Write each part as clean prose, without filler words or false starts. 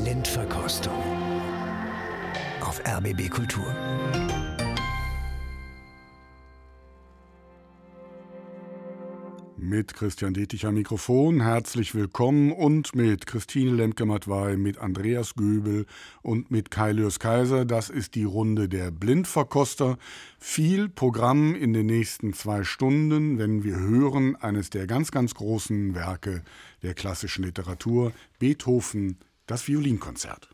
Blindverkostung auf RBB Kultur. Mit Christian Dettich am Mikrofon, herzlich willkommen, und mit Christine Lemke-Matwei, mit Andreas Göbel und mit Kai Lürs-Kaiser. Das ist die Runde der Blindverkoster. Viel Programm in den nächsten 2 Stunden, wenn wir hören eines der ganz, ganz großen Werke der klassischen Literatur, Beethoven, das Violinkonzert.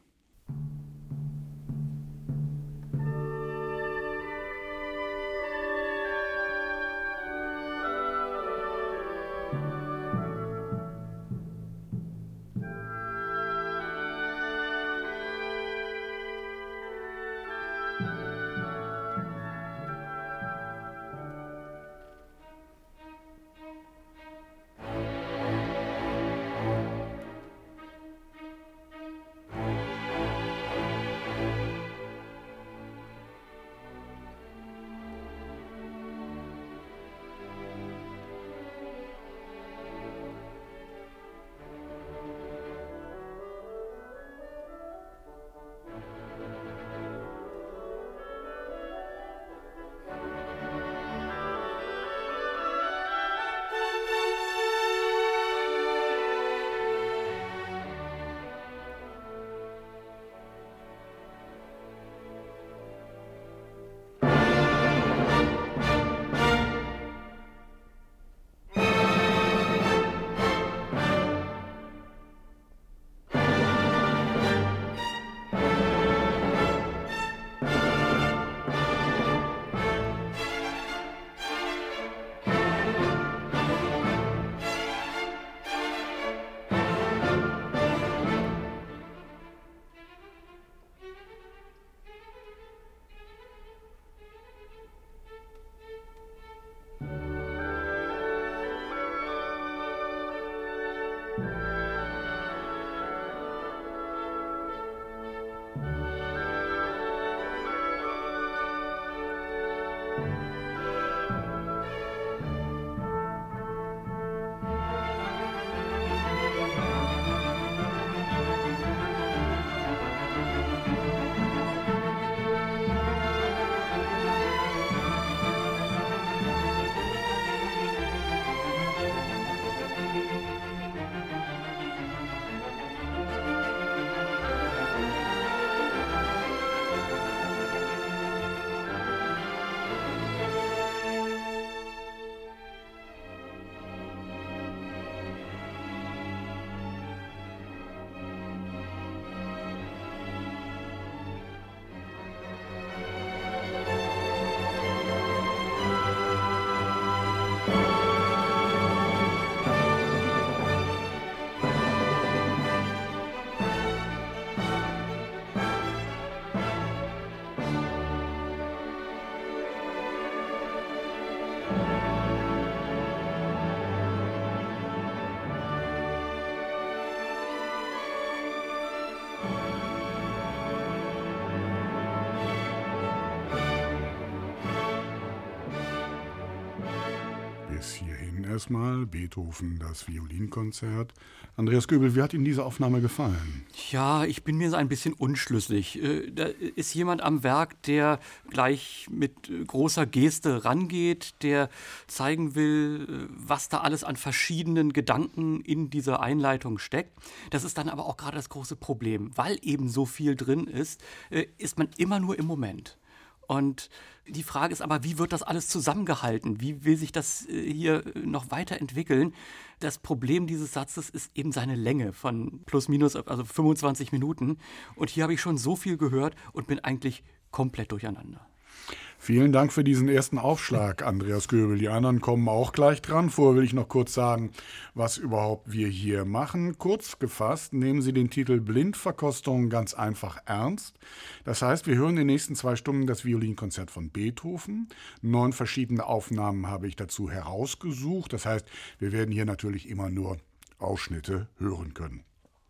Bis hierhin erstmal Beethoven, das Violinkonzert. Andreas Göbel, wie hat Ihnen diese Aufnahme gefallen? Ja, ich bin mir so ein bisschen unschlüssig. Da ist jemand am Werk, der gleich mit großer Geste rangeht, der zeigen will, was da alles an verschiedenen Gedanken in dieser Einleitung steckt. Das ist dann aber auch gerade das große Problem. Weil eben so viel drin ist man immer nur im Moment. Und die Frage ist aber, wie wird das alles zusammengehalten? Wie will sich das hier noch weiterentwickeln? Das Problem dieses Satzes ist eben seine Länge von plus minus, also 25 Minuten. Und hier habe ich schon so viel gehört und bin eigentlich komplett durcheinander. Vielen Dank für diesen ersten Aufschlag, Andreas Göbel. Die anderen kommen auch gleich dran. Vorher will ich noch kurz sagen, was überhaupt wir hier machen. Kurz gefasst nehmen Sie den Titel Blindverkostung ganz einfach ernst. Das heißt, wir hören in den nächsten 2 Stunden das Violinkonzert von Beethoven. 9 verschiedene Aufnahmen habe ich dazu herausgesucht. Das heißt, wir werden hier natürlich immer nur Ausschnitte hören können.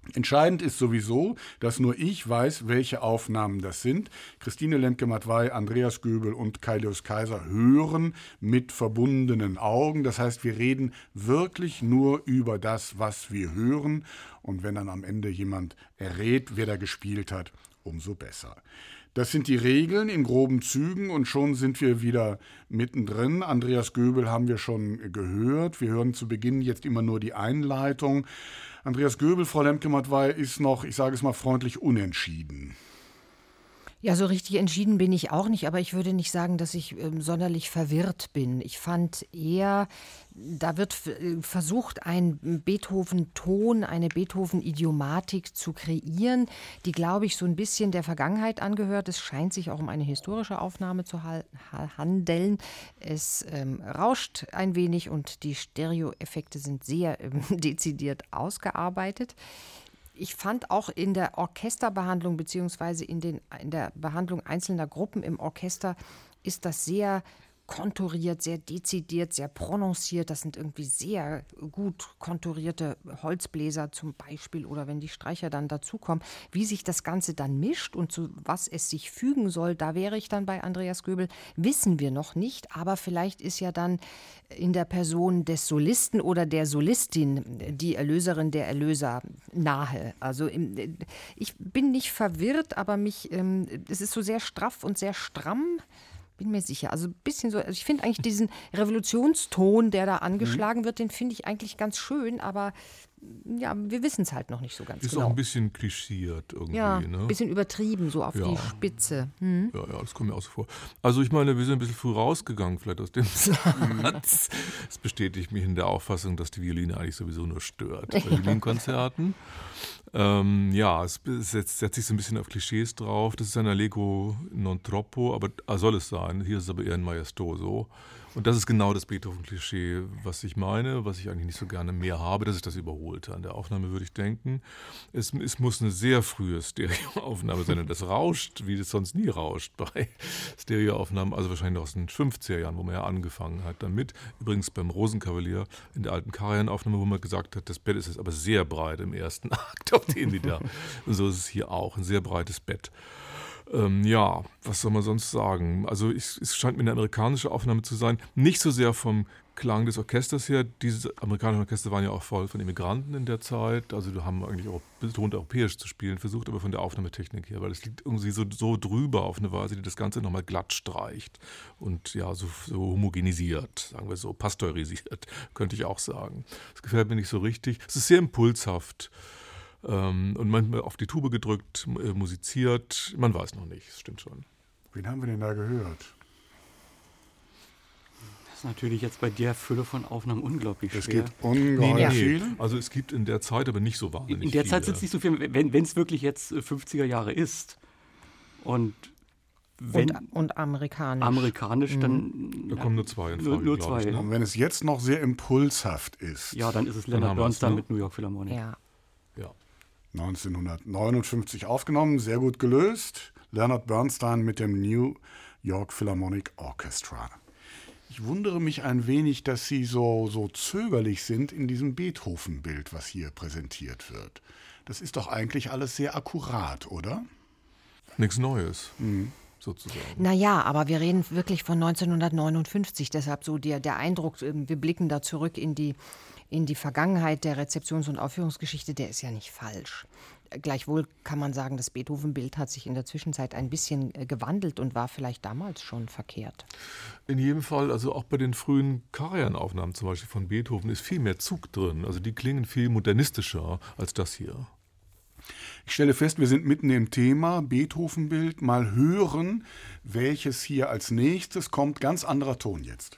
Entscheidend ist sowieso, dass nur ich weiß, welche Aufnahmen das sind. Christine Lemke-Matwei, Andreas Göbel und Kaileus Kaiser hören mit verbundenen Augen. Das heißt, wir reden wirklich nur über das, was wir hören. Und wenn dann am Ende jemand errät, wer da gespielt hat, umso besser. Das sind die Regeln in groben Zügen und schon sind wir wieder mittendrin. Andreas Göbel haben wir schon gehört. Wir hören zu Beginn jetzt immer nur die Einleitung. Andreas Göbel, Frau Lemke-Matwei, ist noch, ich sage es mal freundlich, unentschieden. Ja, so richtig entschieden bin ich auch nicht, aber ich würde nicht sagen, dass ich sonderlich verwirrt bin. Ich fand eher, da wird versucht, einen Beethoven-Ton, eine Beethoven-Idiomatik zu kreieren, die, glaube ich, so ein bisschen der Vergangenheit angehört. Es scheint sich auch um eine historische Aufnahme zu handeln. Es rauscht ein wenig und die Stereoeffekte sind sehr dezidiert ausgearbeitet. Ich fand auch in der Orchesterbehandlung beziehungsweise in der Behandlung einzelner Gruppen im Orchester ist das sehr konturiert, sehr dezidiert, sehr prononciert. Das sind irgendwie sehr gut konturierte Holzbläser zum Beispiel oder wenn die Streicher dann dazukommen. Wie sich das Ganze dann mischt und zu was es sich fügen soll, da wäre ich dann bei Andreas Göbel, wissen wir noch nicht. Aber vielleicht ist ja dann in der Person des Solisten oder der Solistin die Erlöserin, der Erlöser nahe. Also ich bin nicht verwirrt, aber es ist so sehr straff und sehr stramm. Bin mir sicher. Also ein bisschen so, also ich finde eigentlich diesen Revolutionston, der da angeschlagen wird, den finde ich eigentlich ganz schön, aber ja, wir wissen es halt noch nicht so ganz ist genau. Ist auch ein bisschen klischiert irgendwie. Ja, ne? Ein bisschen übertrieben, so auf die Spitze. Ja, das kommt mir auch so vor. Also ich meine, wir sind ein bisschen früh rausgegangen vielleicht aus dem Satz. Es bestätigt mich in der Auffassung, dass die Violine eigentlich sowieso nur stört bei Violinkonzerten. Es setzt sich so ein bisschen auf Klischees drauf. Das ist ein Allegro non troppo, aber soll es sein. Hier ist es aber eher ein Maestoso. Und das ist genau das Beethoven-Klischee, was ich meine, was ich eigentlich nicht so gerne mehr habe. Das ist das Überholte an der Aufnahme, würde ich denken. Es muss eine sehr frühe Stereoaufnahme sein. Und das rauscht, wie das sonst nie rauscht bei Stereoaufnahmen. Also wahrscheinlich aus den 50er Jahren, wo man ja angefangen hat damit. Übrigens beim Rosenkavalier in der alten Karajan-Aufnahme, wo man gesagt hat, das Bett ist jetzt aber sehr breit im ersten Akt auf den wieder. Und so ist es hier auch, ein sehr breites Bett. Was soll man sonst sagen? Also es scheint mir eine amerikanische Aufnahme zu sein. Nicht so sehr vom Klang des Orchesters her. Diese amerikanischen Orchester waren ja auch voll von Immigranten in der Zeit. Also die haben eigentlich auch betont europäisch zu spielen versucht, aber von der Aufnahmetechnik her, weil es liegt irgendwie so drüber auf eine Weise, die das Ganze nochmal glatt streicht und ja, so homogenisiert, sagen wir so, pasteurisiert, könnte ich auch sagen. Das gefällt mir nicht so richtig. Es ist sehr impulshaft. Und manchmal auf die Tube gedrückt, musiziert. Man weiß noch nicht, das stimmt schon. Wen haben wir denn da gehört? Das ist natürlich jetzt bei der Fülle von Aufnahmen unglaublich schwer. Es gibt ungeheuer viel. Also es gibt in der Zeit aber nicht so wahnsinnig In der Zeit viele. sind es nicht so viel, wenn es wirklich jetzt 50er Jahre ist. Und amerikanisch, dann... Da kommen nur zwei in Frage, nur zwei. Ich, ne? Und wenn es jetzt noch sehr impulshaft ist. Ja, dann ist es Leonard Bernstein mit New York Philharmonic. Ja. 1959 aufgenommen, sehr gut gelöst. Leonard Bernstein mit dem New York Philharmonic Orchestra. Ich wundere mich ein wenig, dass Sie so zögerlich sind in diesem Beethoven-Bild, was hier präsentiert wird. Das ist doch eigentlich alles sehr akkurat, oder? Nichts Neues. Sozusagen. Naja, aber wir reden wirklich von 1959, deshalb so der Eindruck, wir blicken da zurück in die Vergangenheit der Rezeptions- und Aufführungsgeschichte, der ist ja nicht falsch. Gleichwohl kann man sagen, das Beethoven-Bild hat sich in der Zwischenzeit ein bisschen gewandelt und war vielleicht damals schon verkehrt. In jedem Fall, also auch bei den frühen Karajan-Aufnahmen zum Beispiel von Beethoven ist viel mehr Zug drin. Also die klingen viel modernistischer als das hier. Ich stelle fest, wir sind mitten im Thema Beethoven-Bild. Mal hören, welches hier als nächstes kommt. Ganz anderer Ton jetzt.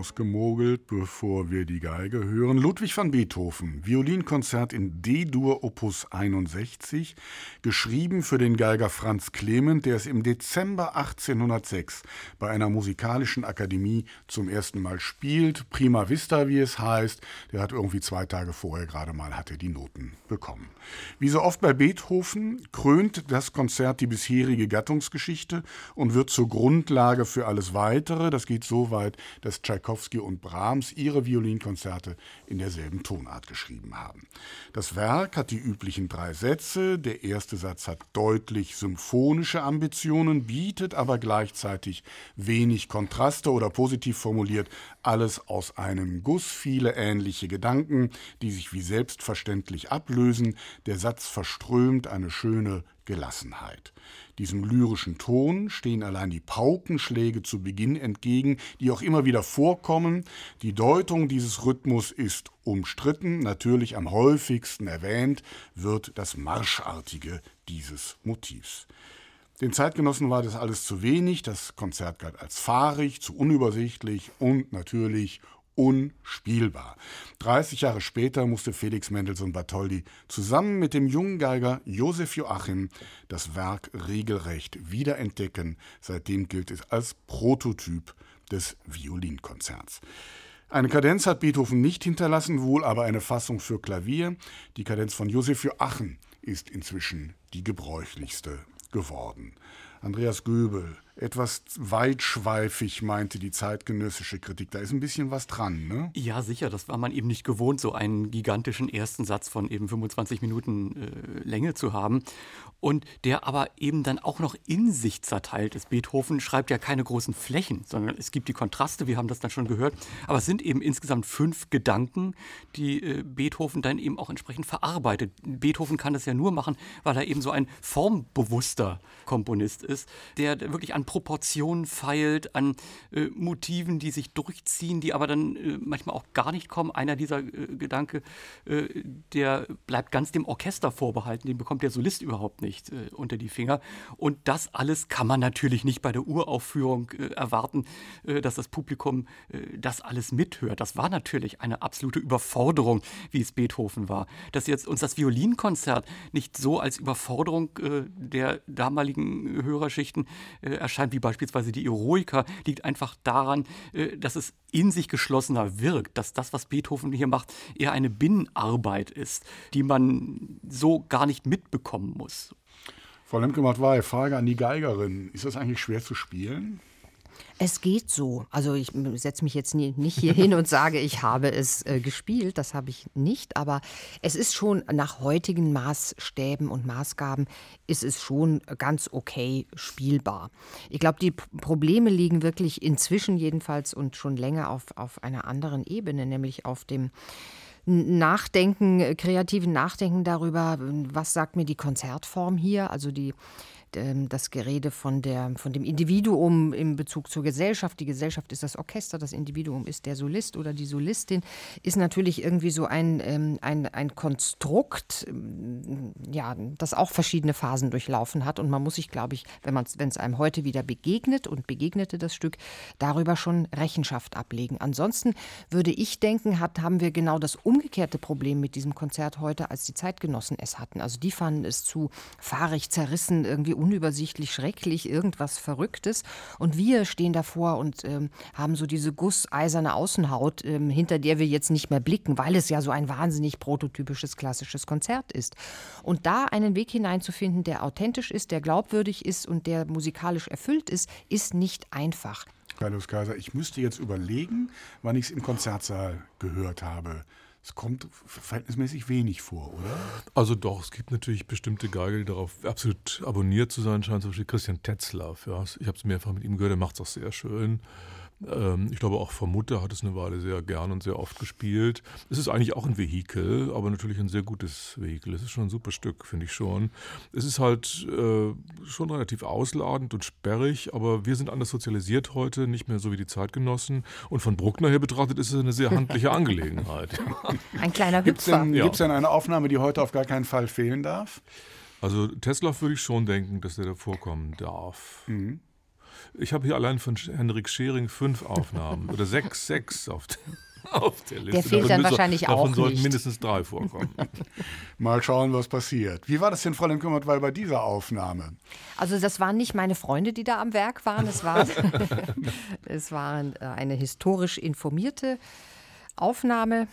ausgemogelt, bevor wir die Geige hören. Ludwig van Beethoven, Violinkonzert in D-Dur Opus 61, geschrieben für den Geiger Franz Clement, der es im Dezember 1806 bei einer musikalischen Akademie zum ersten Mal spielt. Prima vista, wie es heißt. Der hat irgendwie 2 Tage vorher gerade mal hatte die Noten bekommen. Wie so oft bei Beethoven krönt das Konzert die bisherige Gattungsgeschichte und wird zur Grundlage für alles Weitere. Das geht so weit, dass Tschaikowski und Brahms ihre Violinkonzerte in derselben Tonart geschrieben haben. Das Werk hat die üblichen 3 Sätze. Der erste Satz hat deutlich symphonische Ambitionen, bietet aber gleichzeitig wenig Kontraste oder positiv formuliert alles aus einem Guss, viele ähnliche Gedanken, die sich wie selbstverständlich ablösen. Der Satz verströmt eine schöne Gelassenheit. Diesem lyrischen Ton stehen allein die Paukenschläge zu Beginn entgegen, die auch immer wieder vorkommen. Die Deutung dieses Rhythmus ist umstritten. Natürlich am häufigsten erwähnt wird das Marschartige dieses Motivs. Den Zeitgenossen war das alles zu wenig. Das Konzert galt als fahrig, zu unübersichtlich und natürlich unspielbar. 30 Jahre später musste Felix Mendelssohn Bartholdy zusammen mit dem jungen Geiger Joseph Joachim das Werk regelrecht wiederentdecken. Seitdem gilt es als Prototyp des Violinkonzerts. Eine Kadenz hat Beethoven nicht hinterlassen, wohl aber eine Fassung für Klavier. Die Kadenz von Joseph Joachim ist inzwischen die gebräuchlichste geworden. Andreas Göbel, etwas weitschweifig, meinte die zeitgenössische Kritik. Da ist ein bisschen was dran, ne? Ja, sicher. Das war man eben nicht gewohnt, so einen gigantischen ersten Satz von eben 25 Minuten Länge zu haben. Und der aber eben dann auch noch in sich zerteilt ist. Beethoven schreibt ja keine großen Flächen, sondern es gibt die Kontraste, wir haben das dann schon gehört. Aber es sind eben insgesamt 5 Gedanken, die Beethoven dann eben auch entsprechend verarbeitet. Beethoven kann das ja nur machen, weil er eben so ein formbewusster Komponist ist, der wirklich an Proportionen feilt, an Motiven, die sich durchziehen, die aber dann manchmal auch gar nicht kommen. Einer dieser Gedanke, der bleibt ganz dem Orchester vorbehalten, den bekommt der Solist überhaupt nicht unter die Finger. Und das alles kann man natürlich nicht bei der Uraufführung erwarten, dass das Publikum das alles mithört. Das war natürlich eine absolute Überforderung, wie es Beethoven war. Dass jetzt uns das Violinkonzert nicht so als Überforderung der damaligen Hörerschichten erscheint, wie beispielsweise die Eroica, liegt einfach daran, dass es in sich geschlossener wirkt, dass das, was Beethoven hier macht, eher eine Binnenarbeit ist, die man so gar nicht mitbekommen muss. Frau Lemke-Mattwey, Frage an die Geigerin. Ist das eigentlich schwer zu spielen? Es geht so. Also ich setze mich jetzt nicht hier hin und sage, ich habe es gespielt. Das habe ich nicht. Aber es ist schon nach heutigen Maßstäben und Maßgaben ist es schon ganz okay spielbar. Ich glaube, die Probleme liegen wirklich inzwischen jedenfalls und schon länger auf einer anderen Ebene, nämlich auf dem kreativen Nachdenken darüber, was sagt mir die Konzertform hier, also das Gerede von dem Individuum in Bezug zur Gesellschaft. Die Gesellschaft ist das Orchester, das Individuum ist der Solist oder die Solistin, ist natürlich irgendwie so ein Konstrukt, ja, das auch verschiedene Phasen durchlaufen hat. Und man muss sich, glaube ich, wenn es einem heute wieder begegnet und begegnete das Stück, darüber schon Rechenschaft ablegen. Ansonsten würde ich denken, haben wir genau das umgekehrte Problem mit diesem Konzert heute, als die Zeitgenossen es hatten. Also die fanden es zu fahrig, zerrissen, irgendwie unübersichtlich, schrecklich, irgendwas Verrücktes. Und wir stehen davor und haben so diese gusseiserne Außenhaut, hinter der wir jetzt nicht mehr blicken, weil es ja so ein wahnsinnig prototypisches, klassisches Konzert ist. Und da einen Weg hineinzufinden, der authentisch ist, der glaubwürdig ist und der musikalisch erfüllt ist nicht einfach. Kaius Kaiser, ich müsste jetzt überlegen, wann ich es im Konzertsaal gehört habe. Es kommt verhältnismäßig wenig vor, oder? Also doch, es gibt natürlich bestimmte Geiger, die darauf absolut abonniert zu sein scheinen, zum Beispiel Christian Tetzlaff. Ja. Ich habe es mehrfach mit ihm gehört, er macht es auch sehr schön. Ich glaube, auch Frau Mutter hat es eine Weile sehr gern und sehr oft gespielt. Es ist eigentlich auch ein Vehikel, aber natürlich ein sehr gutes Vehikel. Es ist schon ein super Stück, finde ich schon. Es ist halt schon relativ ausladend und sperrig, aber wir sind anders sozialisiert heute, nicht mehr so wie die Zeitgenossen. Und von Bruckner her betrachtet ist es eine sehr handliche Angelegenheit. Ein kleiner Hüpfer. Gibt es denn eine Aufnahme, die heute auf gar keinen Fall fehlen darf? Also Tetzlaff würde ich schon denken, dass der da vorkommen darf. Mhm. Ich habe hier allein von Henrik Schering 5 Aufnahmen oder 6 auf der Liste. Der fehlt dann wahrscheinlich auch Davon sollten nicht. mindestens 3 vorkommen. Mal schauen, was passiert. Wie war das denn, Frau Lemke-Mattweil, bei dieser Aufnahme? Also das waren nicht meine Freunde, die da am Werk waren. Es waren eine historisch informierte Aufnahme.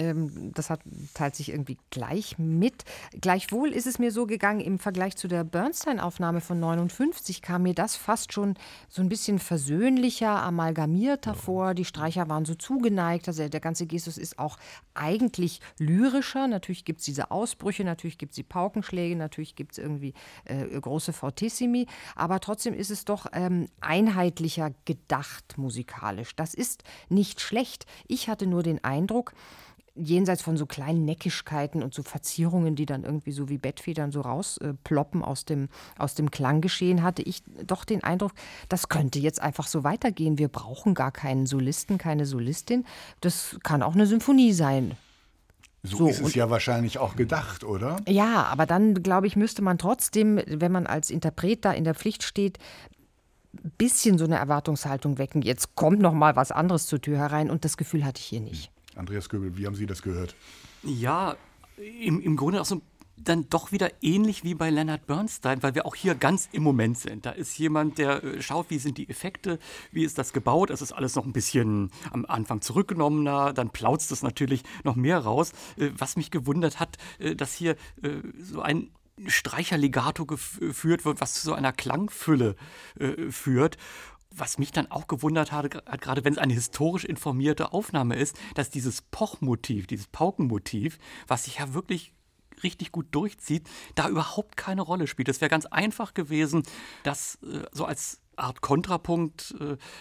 Das teilt sich irgendwie gleich mit. Gleichwohl ist es mir so gegangen, im Vergleich zu der Bernstein-Aufnahme von 59 kam mir das fast schon so ein bisschen versöhnlicher, amalgamierter vor. Die Streicher waren so zugeneigt. Also der ganze Gestus ist auch eigentlich lyrischer. Natürlich gibt es diese Ausbrüche, natürlich gibt es die Paukenschläge, natürlich gibt es irgendwie große Fortissimi. Aber trotzdem ist es doch einheitlicher gedacht musikalisch. Das ist nicht schlecht. Ich hatte nur den Eindruck, jenseits von so kleinen Neckischkeiten und so Verzierungen, die dann irgendwie so wie Bettfedern so rausploppen aus dem Klanggeschehen, hatte ich doch den Eindruck, das könnte jetzt einfach so weitergehen. Wir brauchen gar keinen Solisten, keine Solistin. Das kann auch eine Symphonie sein. So ist es ja wahrscheinlich auch gedacht, oder? Ja, aber dann, glaube ich, müsste man trotzdem, wenn man als Interpret da in der Pflicht steht, ein bisschen so eine Erwartungshaltung wecken. Jetzt kommt noch mal was anderes zur Tür herein und das Gefühl hatte ich hier nicht. Andreas Göbel, wie haben Sie das gehört? Ja, im Grunde auch so dann doch wieder ähnlich wie bei Leonard Bernstein, weil wir auch hier ganz im Moment sind. Da ist jemand, der schaut, wie sind die Effekte, wie ist das gebaut. Es ist alles noch ein bisschen am Anfang zurückgenommener, dann plautzt es natürlich noch mehr raus. Was mich gewundert hat, dass hier so ein Streicherlegato geführt wird, was zu so einer Klangfülle führt. Was mich dann auch gewundert hat, gerade wenn es eine historisch informierte Aufnahme ist, dass dieses Pochmotiv, dieses Paukenmotiv, was sich ja wirklich richtig gut durchzieht, da überhaupt keine Rolle spielt. Es wäre ganz einfach gewesen, das so als Art Kontrapunkt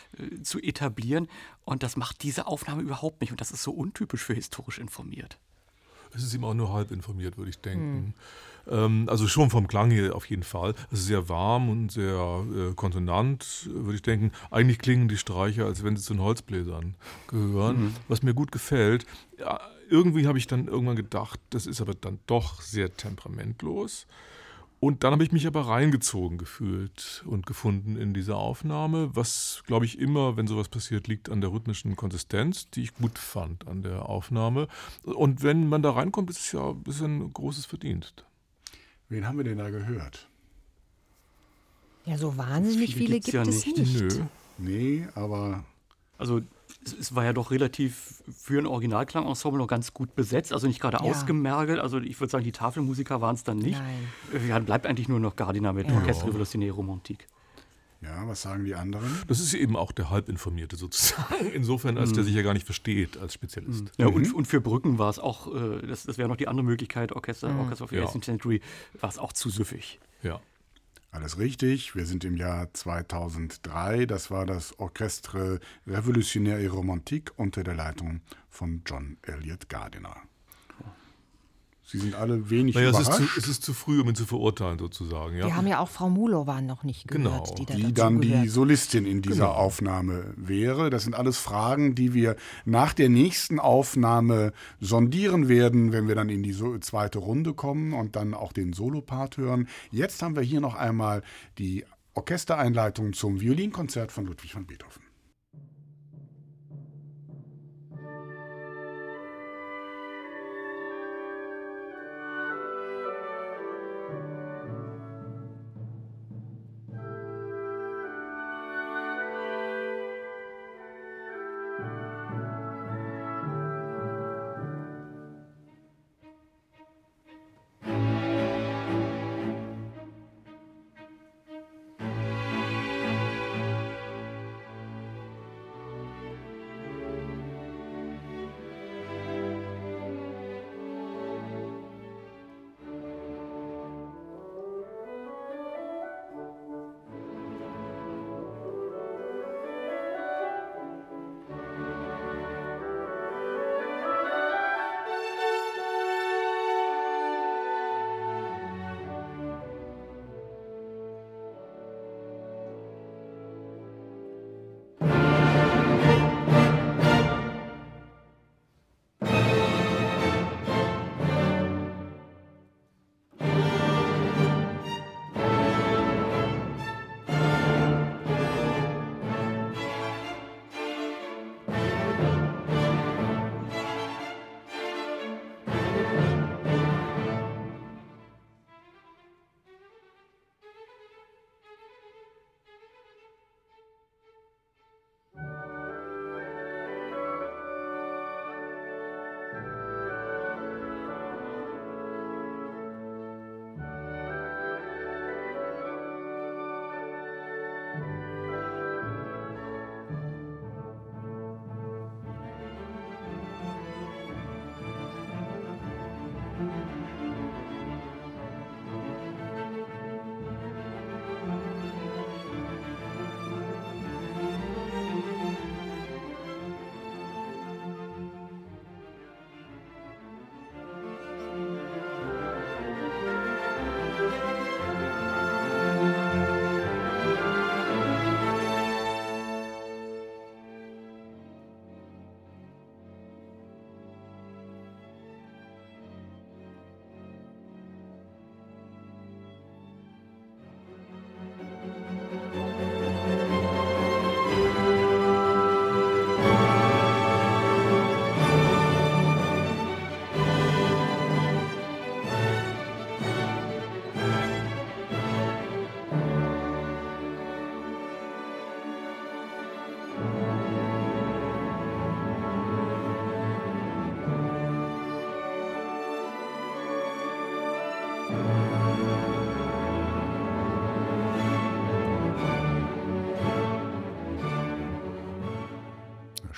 zu etablieren. Und das macht diese Aufnahme überhaupt nicht. Und das ist so untypisch für historisch informiert. Es ist ihm auch nur halb informiert, würde ich denken. Also schon vom Klang her auf jeden Fall. Es ist sehr warm und sehr konsonant, würde ich denken. Eigentlich klingen die Streicher, als wenn sie zu den Holzbläsern gehören, was mir gut gefällt. Ja, irgendwie habe ich dann irgendwann gedacht, das ist aber dann doch sehr temperamentlos. Und dann habe ich mich aber reingezogen gefühlt und gefunden in diese Aufnahme, was, glaube ich, immer, wenn sowas passiert, liegt an der rhythmischen Konsistenz, die ich gut fand an der Aufnahme. Und wenn man da reinkommt, ist es ja ein bisschen ein großes Verdienst. Wen haben wir denn da gehört? Ja, so wahnsinnig viele gibt ja es nicht. nicht. Nö. Nee, aber Also es war ja doch relativ für ein Originalklangensemble noch ganz gut besetzt, also nicht gerade Ja. ausgemergelt. Also ich würde sagen, die Tafelmusiker waren es dann nicht. Nein. Ja, dann bleibt eigentlich nur noch Gardiner mit Orchestre Revolutionnaire Romantique. ja, was sagen die anderen? Das ist eben auch der Halbinformierte sozusagen, insofern, als der sich ja gar nicht versteht als Spezialist. Ja, und für Brücken war es auch, das wäre noch die andere Möglichkeit, Orchester of the 18th Century, war es auch zu süffig. Ja. Alles richtig. Wir sind im Jahr 2003. Das war das Orchestre Revolutionnaire et Romantique unter der Leitung von John Elliott Gardiner. Sie sind alle wenig Naja, überrascht. es ist zu früh, um ihn zu verurteilen, sozusagen. Ja. Wir haben ja auch Frau Mulowa noch nicht gehört, Genau. die da Die dann die dazugehört. Solistin in dieser Aufnahme wäre. Das sind alles Fragen, die wir nach der nächsten Aufnahme sondieren werden, wenn wir dann in die zweite Runde kommen und dann auch den Solopart hören. Jetzt haben wir hier noch einmal die Orchestereinleitung zum Violinkonzert von Ludwig van Beethoven.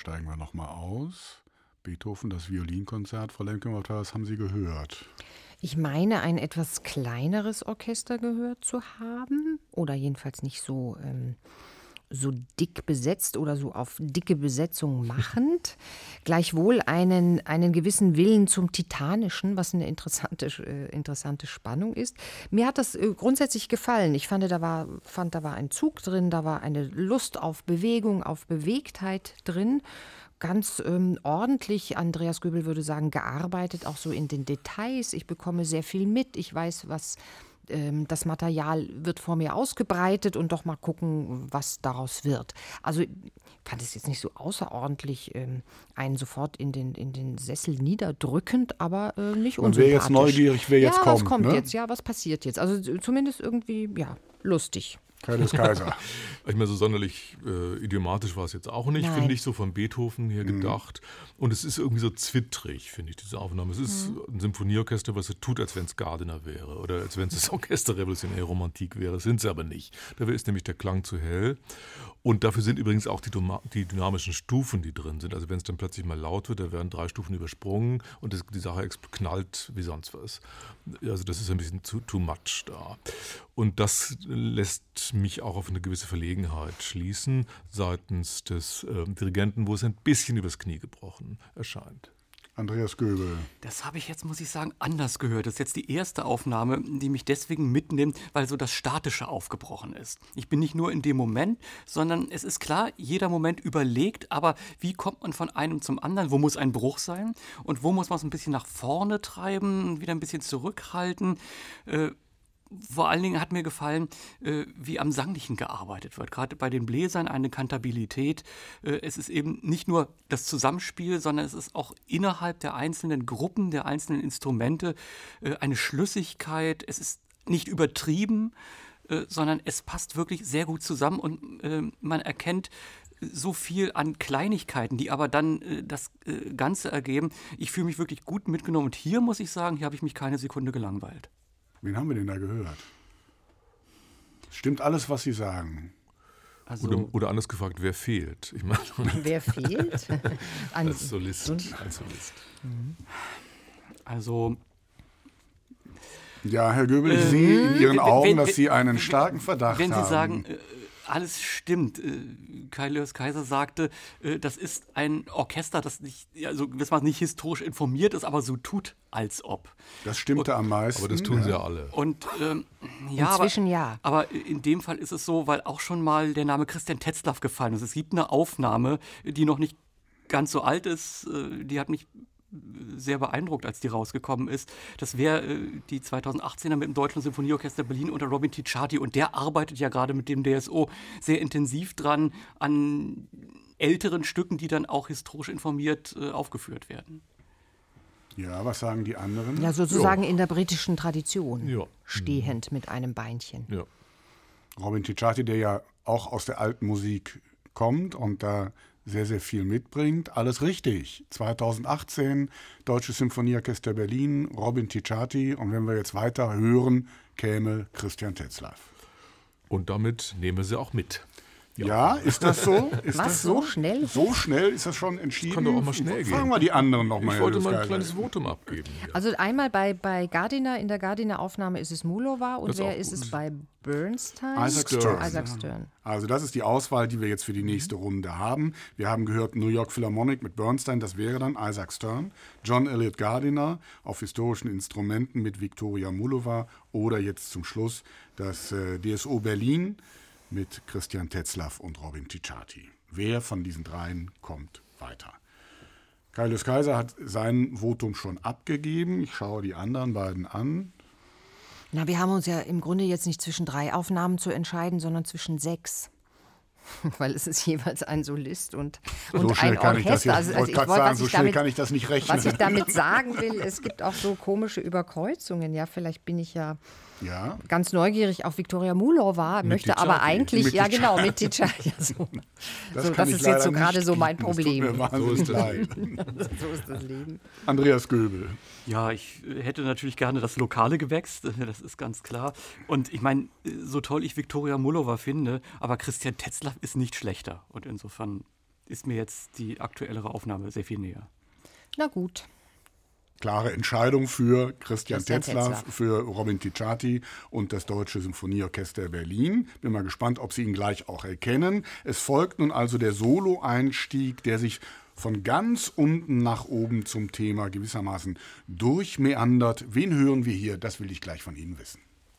steigen wir nochmal aus. Beethoven, das Violinkonzert. Frau Lemke-Matt, was haben Sie gehört? Ich meine, ein etwas kleineres Orchester gehört zu haben oder jedenfalls nicht so dick besetzt oder so auf dicke Besetzung machend. Gleichwohl einen gewissen Willen zum Titanischen, was eine interessante Spannung ist. Mir hat das grundsätzlich gefallen. Ich fand, da war ein Zug drin, da war eine Lust auf Bewegung, auf Bewegtheit drin. Ganz ordentlich, Andreas Göbel würde sagen, gearbeitet, auch so in den Details. Ich bekomme sehr viel mit. Ich weiß, das Material wird vor mir ausgebreitet und doch mal gucken, was daraus wird. Also ich fand es jetzt nicht so außerordentlich einen sofort in den Sessel niederdrückend, aber nicht unsympathisch. Man wäre jetzt neugierig, wer jetzt kommt. Was kommt ne? jetzt? Ja, was passiert jetzt? Also zumindest irgendwie, ja, lustig. Kaius Kaiser. Ich meine, so sonderlich idiomatisch war es jetzt auch nicht, finde ich, so von Beethoven her gedacht. Und es ist irgendwie so zwittrig, finde ich, diese Aufnahme. Es ist ein Symphonieorchester, was so tut, als wenn es Gardiner wäre oder als wenn es das Orchester Revolutionäre Romantik wäre. Sind sie aber nicht. Dafür ist nämlich der Klang zu hell. Und dafür sind übrigens auch die dynamischen Stufen, die drin sind. Also wenn es dann plötzlich mal laut wird, da werden 3 Stufen übersprungen und die Sache knallt wie sonst was. Also das ist ein bisschen too much da. Und das lässt mich auch auf eine gewisse Verlegenheit schließen seitens des Dirigenten, wo es ein bisschen übers Knie gebrochen erscheint. Andreas Göbel. Das habe ich jetzt, muss ich sagen, anders gehört. Das ist jetzt die erste Aufnahme, die mich deswegen mitnimmt, weil so das Statische aufgebrochen ist. Ich bin nicht nur in dem Moment, sondern es ist klar, jeder Moment überlegt, aber wie kommt man von einem zum anderen? Wo muss ein Bruch sein? Und wo muss man es ein bisschen nach vorne treiben, wieder ein bisschen zurückhalten? Vor allen Dingen hat mir gefallen, wie am Sanglichen gearbeitet wird. Gerade bei den Bläsern eine Kantabilität. Es ist eben nicht nur das Zusammenspiel, sondern es ist auch innerhalb der einzelnen Gruppen, der einzelnen Instrumente eine Schlüssigkeit. Es ist nicht übertrieben, sondern es passt wirklich sehr gut zusammen und man erkennt so viel an Kleinigkeiten, die aber dann das Ganze ergeben. Ich fühle mich wirklich gut mitgenommen und hier muss ich sagen, hier habe ich mich keine Sekunde gelangweilt. Wen haben wir denn da gehört? Stimmt alles, was Sie sagen? Also, Oder anders gefragt, wer fehlt? Ich meine, wer fehlt? als Solist. Also Ja, Herr Göbel, ich sehe in Ihren Augen, dass Sie einen starken Verdacht haben. Wenn Sie sagen, alles stimmt. Kaius Kaiser sagte, das ist ein Orchester, das nicht historisch informiert ist, aber so tut, als ob. Das stimmte am meisten. Aber das tun sie ja alle. Und inzwischen ja. Aber in dem Fall ist es so, weil auch schon mal der Name Christian Tetzlaff gefallen ist. Es gibt eine Aufnahme, die noch nicht ganz so alt ist, die hat mich sehr beeindruckt, als die rausgekommen ist. Das wäre die 2018er mit dem Deutschen Symphonieorchester Berlin unter Robin Ticciati und der arbeitet ja gerade mit dem DSO sehr intensiv dran an älteren Stücken, die dann auch historisch informiert aufgeführt werden. Ja, was sagen die anderen? Ja, sozusagen in der britischen Tradition Ja. stehend mit einem Beinchen. Ja. Robin Ticciati, der ja auch aus der alten Musik kommt und da sehr, sehr viel mitbringt. Alles richtig. 2018, Deutsches Symphonieorchester Berlin, Robin Ticciati. Und wenn wir jetzt weiter hören, käme Christian Tetzlaff. Und damit nehmen wir sie auch mit. Ja, ist das so? Ist Was, das so? so schnell? So schnell ist das schon entschieden? Kann doch auch mal schnell gehen. Fragen wir die anderen noch mal. Ich wollte Herr mal ein Kaiser. kleines Votum abgeben. Hier. Also einmal bei Gardiner, in der Gardiner-Aufnahme ist es Mulowa und Das ist wer auch ist gut. es bei Bernstein? Isaac Stern. Isaac Stern. Also das ist die Auswahl, die wir jetzt für die nächste Runde haben. Wir haben gehört New York Philharmonic mit Bernstein, das wäre dann Isaac Stern. John Elliott Gardiner auf historischen Instrumenten mit Viktoria Mulowa oder jetzt zum Schluss das DSO Berlin mit Christian Tetzlaff und Robin Ticciati. Wer von diesen dreien kommt weiter? Kaius Kaiser hat sein Votum schon abgegeben. Ich schaue die anderen beiden an. Na, wir haben uns ja im Grunde jetzt nicht zwischen 3 Aufnahmen zu entscheiden, sondern zwischen 6. Weil es ist jeweils ein Solist und So ein schnell kann ich das Orchester. jetzt, wollte gerade sagen, so schnell kann ich das nicht rechnen. Was ich damit sagen will, es gibt auch so komische Überkreuzungen. Ja, vielleicht bin ich ja ganz neugierig auf Viktoria Mulowa, möchte aber eigentlich, mit ja genau, mit Ticciati. So, das ist jetzt so gerade so mein Problem. So ist leid. So ist das Leben. Andreas Göbel. Ja, ich hätte natürlich gerne das Lokale gewächst, das ist ganz klar. Und ich meine, so toll ich Viktoria Mulowa finde, aber Christian Tetzlaff ist nicht schlechter. Und insofern ist mir jetzt die aktuellere Aufnahme sehr viel näher. Na gut. Klare Entscheidung für Christian Tetzlaff, für Robin Ticciati und das Deutsche Symphonieorchester Berlin. Bin mal gespannt, ob Sie ihn gleich auch erkennen. Es folgt nun also der Solo-Einstieg, der sich von ganz unten nach oben zum Thema gewissermaßen durchmeandert. Wen hören wir hier? Das will ich gleich von Ihnen wissen.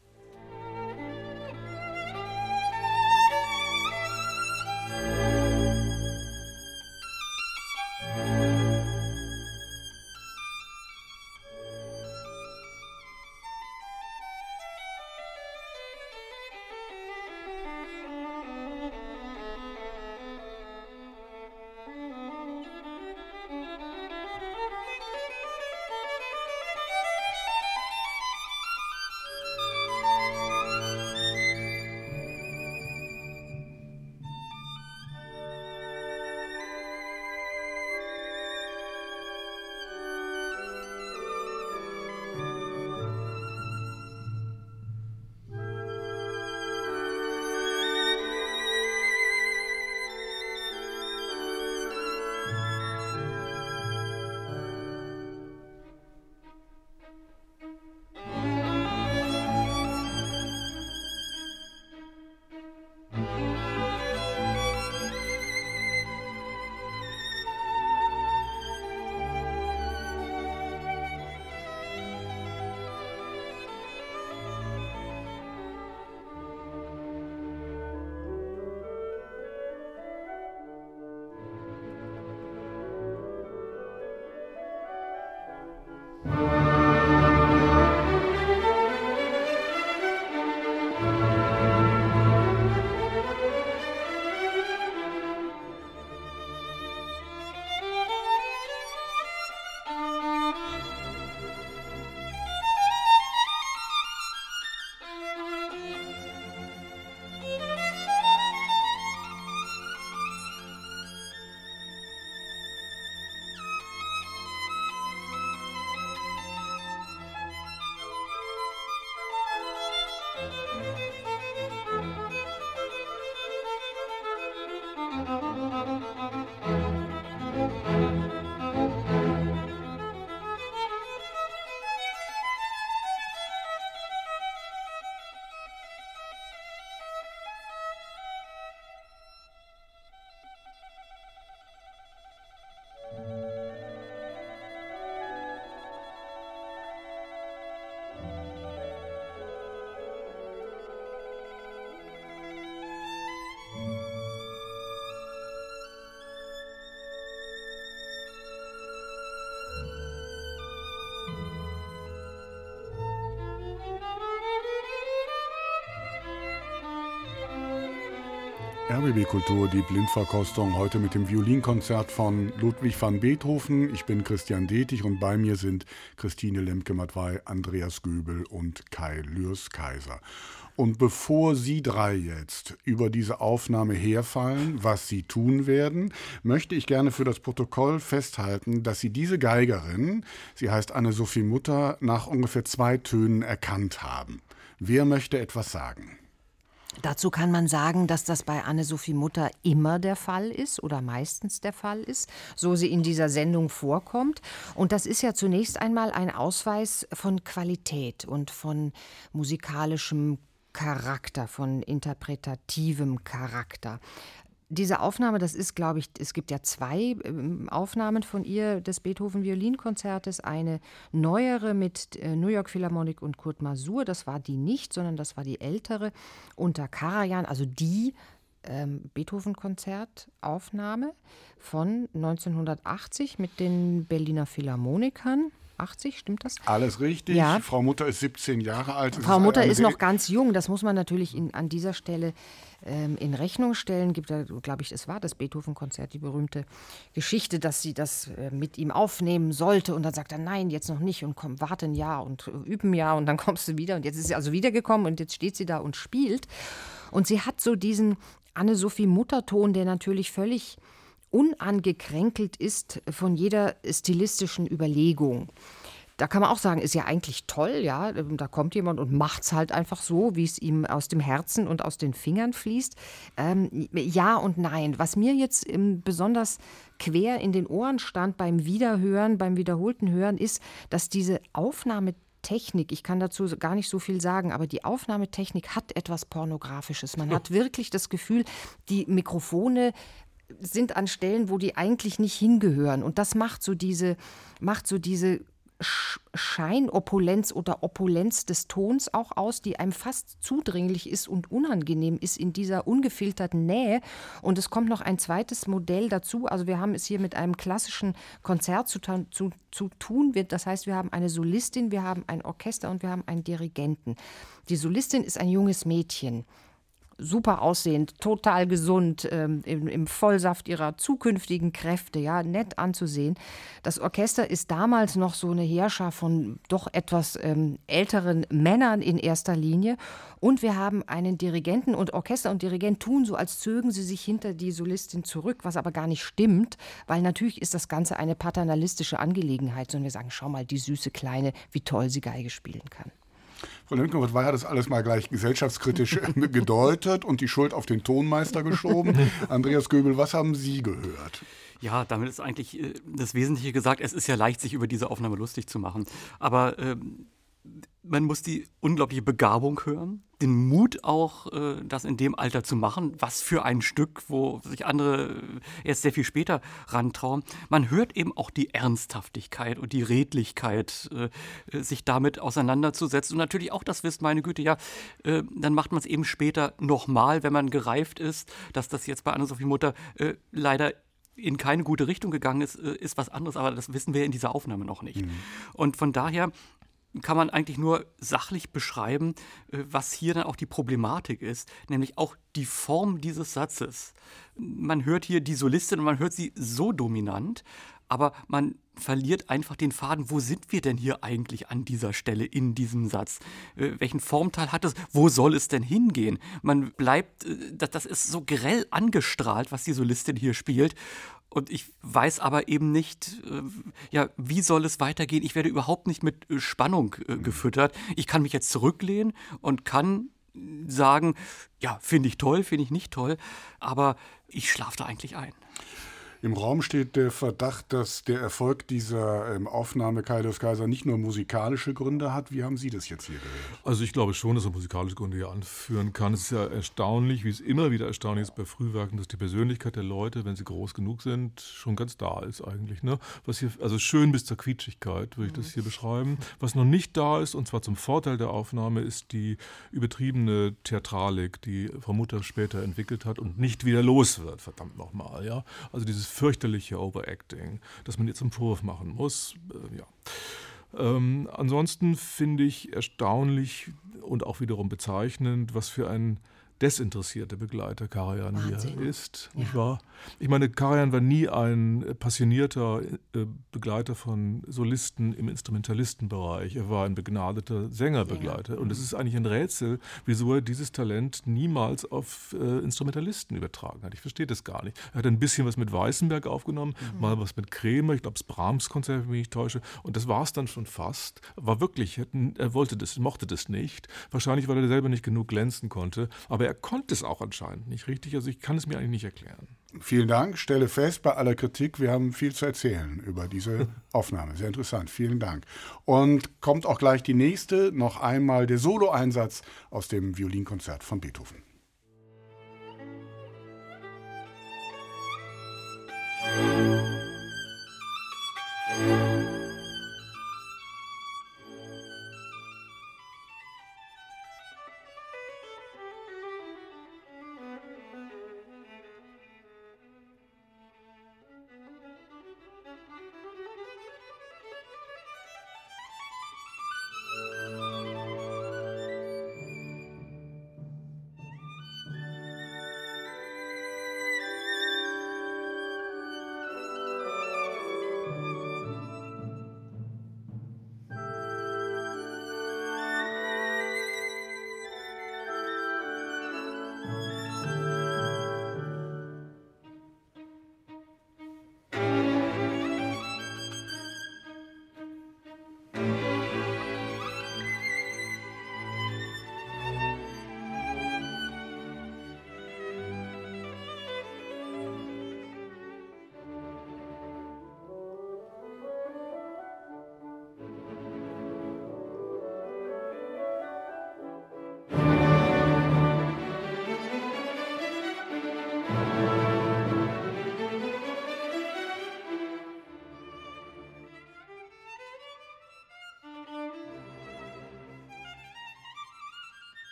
RBB Kultur, die Blindverkostung, heute mit dem Violinkonzert von Ludwig van Beethoven. Ich bin Christian Detig und bei mir sind Christine Lemke-Matwei, Andreas Göbel und Kai Lürs-Kaiser. Und bevor Sie drei jetzt über diese Aufnahme herfallen, was Sie tun werden, möchte ich gerne für das Protokoll festhalten, dass Sie diese Geigerin, sie heißt Anne-Sophie Mutter, nach ungefähr 2 Tönen erkannt haben. Wer möchte etwas sagen? Dazu kann man sagen, dass das bei Anne-Sophie Mutter immer der Fall ist oder meistens der Fall ist, so sie in dieser Sendung vorkommt. Und das ist ja zunächst einmal ein Ausweis von Qualität und von musikalischem Charakter, von interpretativem Charakter. Diese Aufnahme, das ist, glaube ich, es gibt ja 2 Aufnahmen von ihr des Beethoven-Violinkonzertes. Eine neuere mit New York Philharmonic und Kurt Masur, das war die nicht, sondern das war die ältere unter Karajan, also die Beethoven-Konzertaufnahme von 1980 mit den Berliner Philharmonikern. 80, stimmt das? Alles richtig. Ja. Frau Mutter ist 17 Jahre alt. Frau Mutter ist noch ganz jung. Das muss man natürlich an dieser Stelle in Rechnung stellen. Gibt da, glaube ich, es war das Beethoven-Konzert, die berühmte Geschichte, dass sie das mit ihm aufnehmen sollte. Und dann sagt er, nein, jetzt noch nicht. Und komm, warte ein Jahr und üben ein Jahr und dann kommst du wieder. Und jetzt ist sie also wiedergekommen und jetzt steht sie da und spielt. Und sie hat so diesen Anne-Sophie-Mutter-Ton, der natürlich völlig unangekränkelt ist von jeder stilistischen Überlegung. Da kann man auch sagen, ist ja eigentlich toll, ja. Da kommt jemand und macht es halt einfach so, wie es ihm aus dem Herzen und aus den Fingern fließt. Ja und nein. Was mir jetzt besonders quer in den Ohren stand beim Wiederhören, beim wiederholten Hören, ist, dass diese Aufnahmetechnik, ich kann dazu gar nicht so viel sagen, aber die Aufnahmetechnik hat etwas Pornografisches. Man hat wirklich das Gefühl, die Mikrofone sind an Stellen, wo die eigentlich nicht hingehören. Und das macht so diese Scheinopulenz oder Opulenz des Tons auch aus, die einem fast zudringlich ist und unangenehm ist in dieser ungefilterten Nähe. Und es kommt noch ein zweites Modell dazu. Also wir haben es hier mit einem klassischen Konzert zu tun. Das heißt, wir haben eine Solistin, wir haben ein Orchester und wir haben einen Dirigenten. Die Solistin ist ein junges Mädchen. Super aussehend, total gesund, im Vollsaft ihrer zukünftigen Kräfte, ja, nett anzusehen. Das Orchester ist damals noch so eine Heerschar von doch etwas älteren Männern in erster Linie. Und wir haben einen Dirigenten, und Orchester und Dirigent tun so, als zögen sie sich hinter die Solistin zurück, was aber gar nicht stimmt, weil natürlich ist das Ganze eine paternalistische Angelegenheit, sondern wir sagen, schau mal, die süße Kleine, wie toll sie Geige spielen kann. Frau Lemke-Matt-Wey hat das alles mal gleich gesellschaftskritisch gedeutet und die Schuld auf den Tonmeister geschoben. Andreas Göbel, was haben Sie gehört? Ja, damit ist eigentlich das Wesentliche gesagt. Es ist ja leicht, sich über diese Aufnahme lustig zu machen. Aber man muss die unglaubliche Begabung hören, den Mut auch, das in dem Alter zu machen. Was für ein Stück, wo sich andere erst sehr viel später rantrauen. Man hört eben auch die Ernsthaftigkeit und die Redlichkeit, sich damit auseinanderzusetzen. Und natürlich auch das Wissen, meine Güte, ja, dann macht man es eben später nochmal, wenn man gereift ist. Dass das jetzt bei Anne-Sophie Mutter leider in keine gute Richtung gegangen ist, ist was anderes. Aber das wissen wir in dieser Aufnahme noch nicht. Und von daher kann man eigentlich nur sachlich beschreiben, was hier dann auch die Problematik ist, nämlich auch die Form dieses Satzes. Man hört hier die Solistin und man hört sie so dominant, aber man verliert einfach den Faden. Wo sind wir denn hier eigentlich an dieser Stelle in diesem Satz? Welchen Formteil hat es? Wo soll es denn hingehen? Man bleibt, das ist so grell angestrahlt, was die Solistin hier spielt. Und ich weiß aber eben nicht, wie soll es weitergehen? Ich werde überhaupt nicht mit Spannung gefüttert. Ich kann mich jetzt zurücklehnen und kann sagen, ja, finde ich toll, finde ich nicht toll, aber ich schlafe da eigentlich ein. Im Raum steht der Verdacht, dass der Erfolg dieser Aufnahme Kaius Kaiser nicht nur musikalische Gründe hat. Wie haben Sie das jetzt hier gehört? Also ich glaube schon, dass man musikalische Gründe hier anführen kann. Es ist ja erstaunlich, wie es immer wieder erstaunlich ist bei Frühwerken, dass die Persönlichkeit der Leute, wenn sie groß genug sind, schon ganz da ist eigentlich. Ne? Was hier, also schön bis zur Quietschigkeit würde ich das hier beschreiben. Was noch nicht da ist, und zwar zum Vorteil der Aufnahme, ist die übertriebene Theatralik, die Frau Mutter später entwickelt hat und nicht wieder los wird, verdammt nochmal. Ja? Also dieses fürchterliche Overacting, das man jetzt zum Vorwurf machen muss. Ansonsten finde ich erstaunlich und auch wiederum bezeichnend, was für ein desinteressierter Begleiter Karajan hier ist, nicht wahr? Ich meine, Karajan war nie ein passionierter Begleiter von Solisten im Instrumentalistenbereich. Er war ein begnadeter Sängerbegleiter. Ja. Und es ist eigentlich ein Rätsel, wieso er dieses Talent niemals auf Instrumentalisten übertragen hat. Ich verstehe das gar nicht. Er hat ein bisschen was mit Weißenberg aufgenommen, mal was mit Kremer, ich glaube das Brahms-Konzert, wenn ich mich nicht täusche. Und das war es dann schon fast. War wirklich, er mochte das nicht. Wahrscheinlich, weil er selber nicht genug glänzen konnte. Aber er konnte es auch anscheinend nicht richtig. Also ich kann es mir eigentlich nicht erklären. Vielen Dank. Stelle fest, bei aller Kritik, wir haben viel zu erzählen über diese Aufnahme. Sehr interessant. Vielen Dank. Und kommt auch gleich die nächste, noch einmal der Solo-Einsatz aus dem Violinkonzert von Beethoven.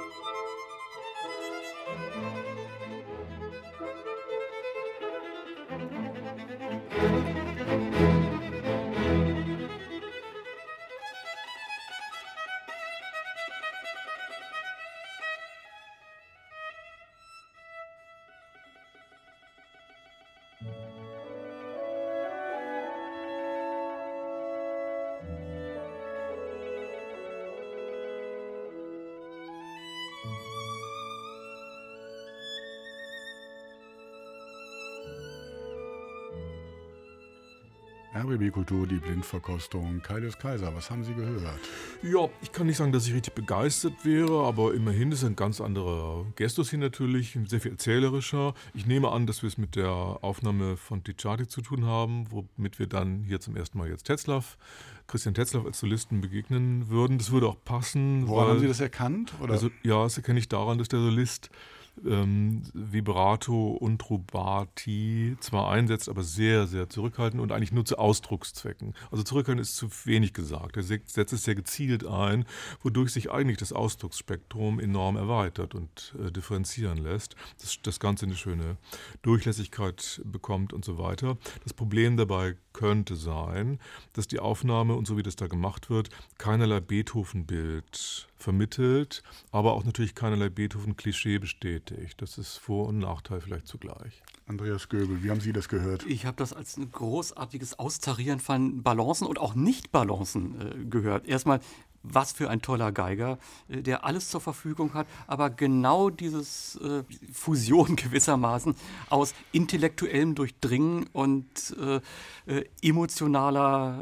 RBB Kultur, die Blindverkostung. Kailius Kaiser, was haben Sie gehört? Ja, ich kann nicht sagen, dass ich richtig begeistert wäre, aber immerhin ist ein ganz anderer Gestus hier natürlich, sehr viel erzählerischer. Ich nehme an, dass wir es mit der Aufnahme von Ticciati zu tun haben, womit wir dann hier zum ersten Mal jetzt Christian Tetzlaff als Solisten begegnen würden. Das würde auch passen. Woran haben Sie das erkannt? Oder? Also, ja, das erkenne ich daran, dass der Solist Vibrato und Rubati zwar einsetzt, aber sehr, sehr zurückhaltend und eigentlich nur zu Ausdruckszwecken. Also zurückhaltend ist zu wenig gesagt. Er setzt es sehr gezielt ein, wodurch sich eigentlich das Ausdrucksspektrum enorm erweitert und differenzieren lässt. Das Ganze eine schöne Durchlässigkeit bekommt und so weiter. Das Problem dabei könnte sein, dass die Aufnahme und so wie das da gemacht wird, keinerlei Beethoven-Bild vermittelt, aber auch natürlich keinerlei Beethoven-Klischee bestätigt. Das ist Vor- und Nachteil vielleicht zugleich. Andreas Göbel, wie haben Sie das gehört? Ich habe das als ein großartiges Austarieren von Balancen und auch Nicht-Balancen gehört. Erstmal, was für ein toller Geiger, der alles zur Verfügung hat, aber genau dieses Fusion gewissermaßen aus intellektuellem Durchdringen und emotionaler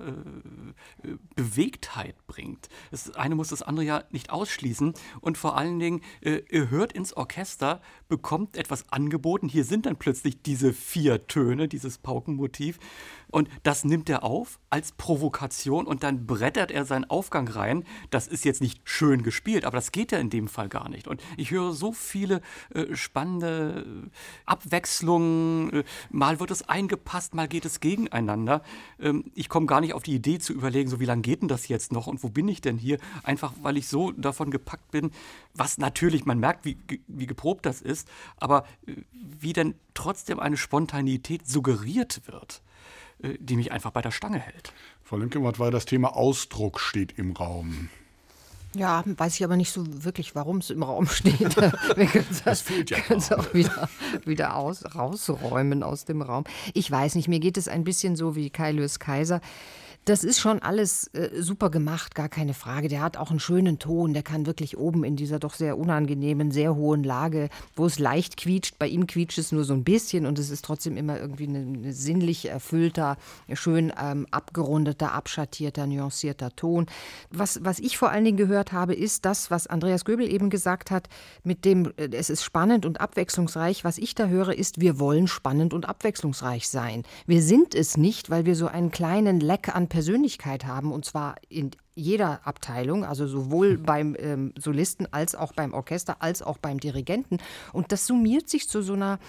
Bewegtheit bringt. Das eine muss das andere ja nicht ausschließen und vor allen Dingen, ihr hört ins Orchester, bekommt etwas angeboten. Hier sind dann plötzlich diese 4 Töne, dieses Paukenmotiv und das nimmt er auf als Provokation und dann brettert er seinen Aufgang rein. Das ist jetzt nicht schön gespielt, aber das geht ja in dem Fall gar nicht. Und ich höre so viele spannende Abwechslungen. Mal wird es eingepasst, mal geht es gegeneinander. Ich komme gar nicht auf die Idee zu überlegen, so wie lange geht denn das jetzt noch und wo bin ich denn hier? Einfach, weil ich so davon gepackt bin, was natürlich, man merkt, wie geprobt das ist, aber wie dann trotzdem eine Spontanität suggeriert wird, die mich einfach bei der Stange hält. Frau Lemke-Matt, weil das Thema Ausdruck steht im Raum. Ja, weiß ich aber nicht so wirklich, warum es im Raum steht. Wir Das fehlt ja können es auch wieder rausräumen aus dem Raum. Ich weiß nicht, mir geht es ein bisschen so wie Kailius Kaiser. Das ist schon alles super gemacht, gar keine Frage. Der hat auch einen schönen Ton, der kann wirklich oben in dieser doch sehr unangenehmen, sehr hohen Lage, wo es leicht quietscht, bei ihm quietscht es nur so ein bisschen und es ist trotzdem immer irgendwie ein sinnlich erfüllter, schön abgerundeter, abschattierter, nuancierter Ton. Was ich vor allen Dingen gehört habe, ist das, was Andreas Göbel eben gesagt hat, mit dem, es ist spannend und abwechslungsreich. Was ich da höre, ist, wir wollen spannend und abwechslungsreich sein. Wir sind es nicht, weil wir so einen kleinen Leck an Persönlichkeit haben, und zwar in jeder Abteilung, also sowohl beim Solisten als auch beim Orchester, als auch beim Dirigenten. Und das summiert sich zu so einer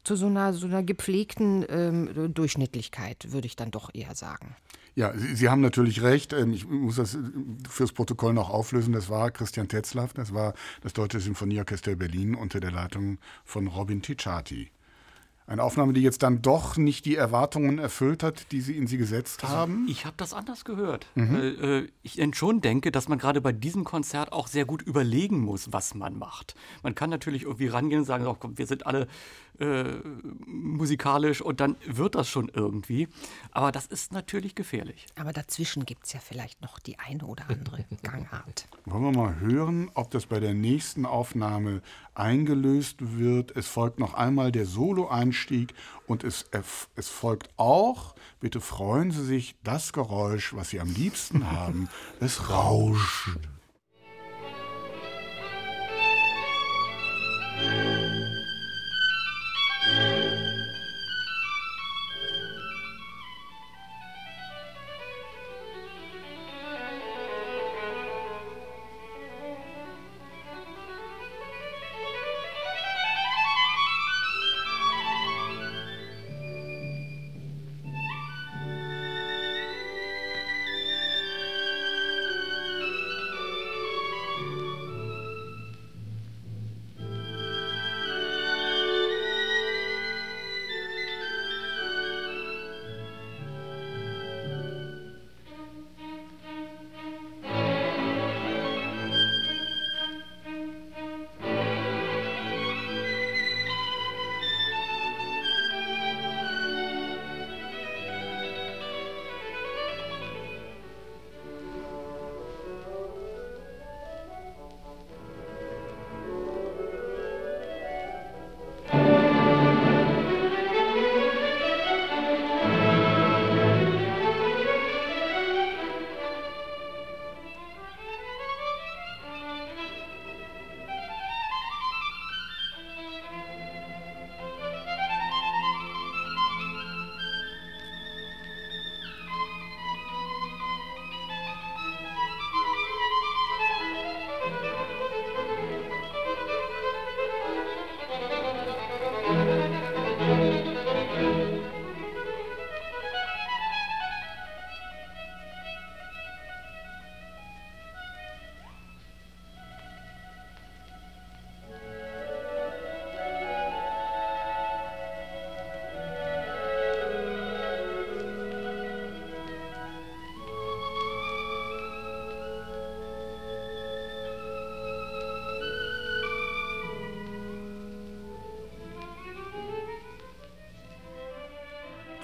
gepflegten Durchschnittlichkeit, würde ich dann doch eher sagen. Ja, Sie haben natürlich recht. Ich muss das fürs Protokoll noch auflösen. Das war Christian Tetzlaff, das war das Deutsche Sinfonieorchester Berlin unter der Leitung von Robin Ticciati. Eine Aufnahme, die jetzt dann doch nicht die Erwartungen erfüllt hat, die Sie in sie gesetzt haben? Ich habe das anders gehört. Ich schon denke, dass man gerade bei diesem Konzert auch sehr gut überlegen muss, was man macht. Man kann natürlich irgendwie rangehen und sagen, oh, komm, wir sind alle musikalisch und dann wird das schon irgendwie. Aber das ist natürlich gefährlich. Aber dazwischen gibt es ja vielleicht noch die eine oder andere Gangart. Wollen wir mal hören, ob das bei der nächsten Aufnahme eingelöst wird. Es folgt noch einmal der Solo-Einstieg und es folgt auch, bitte freuen Sie sich, das Geräusch, was Sie am liebsten haben, es Rauschen.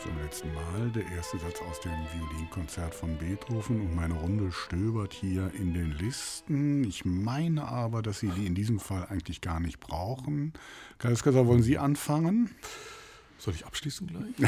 Zum letzten Mal der erste Satz aus dem Violinkonzert von Beethoven und meine Runde stöbert hier in den Listen. Ich meine aber, dass Sie die in diesem Fall eigentlich gar nicht brauchen. Kaius Kaiser, wollen Sie anfangen? Soll ich abschließen gleich?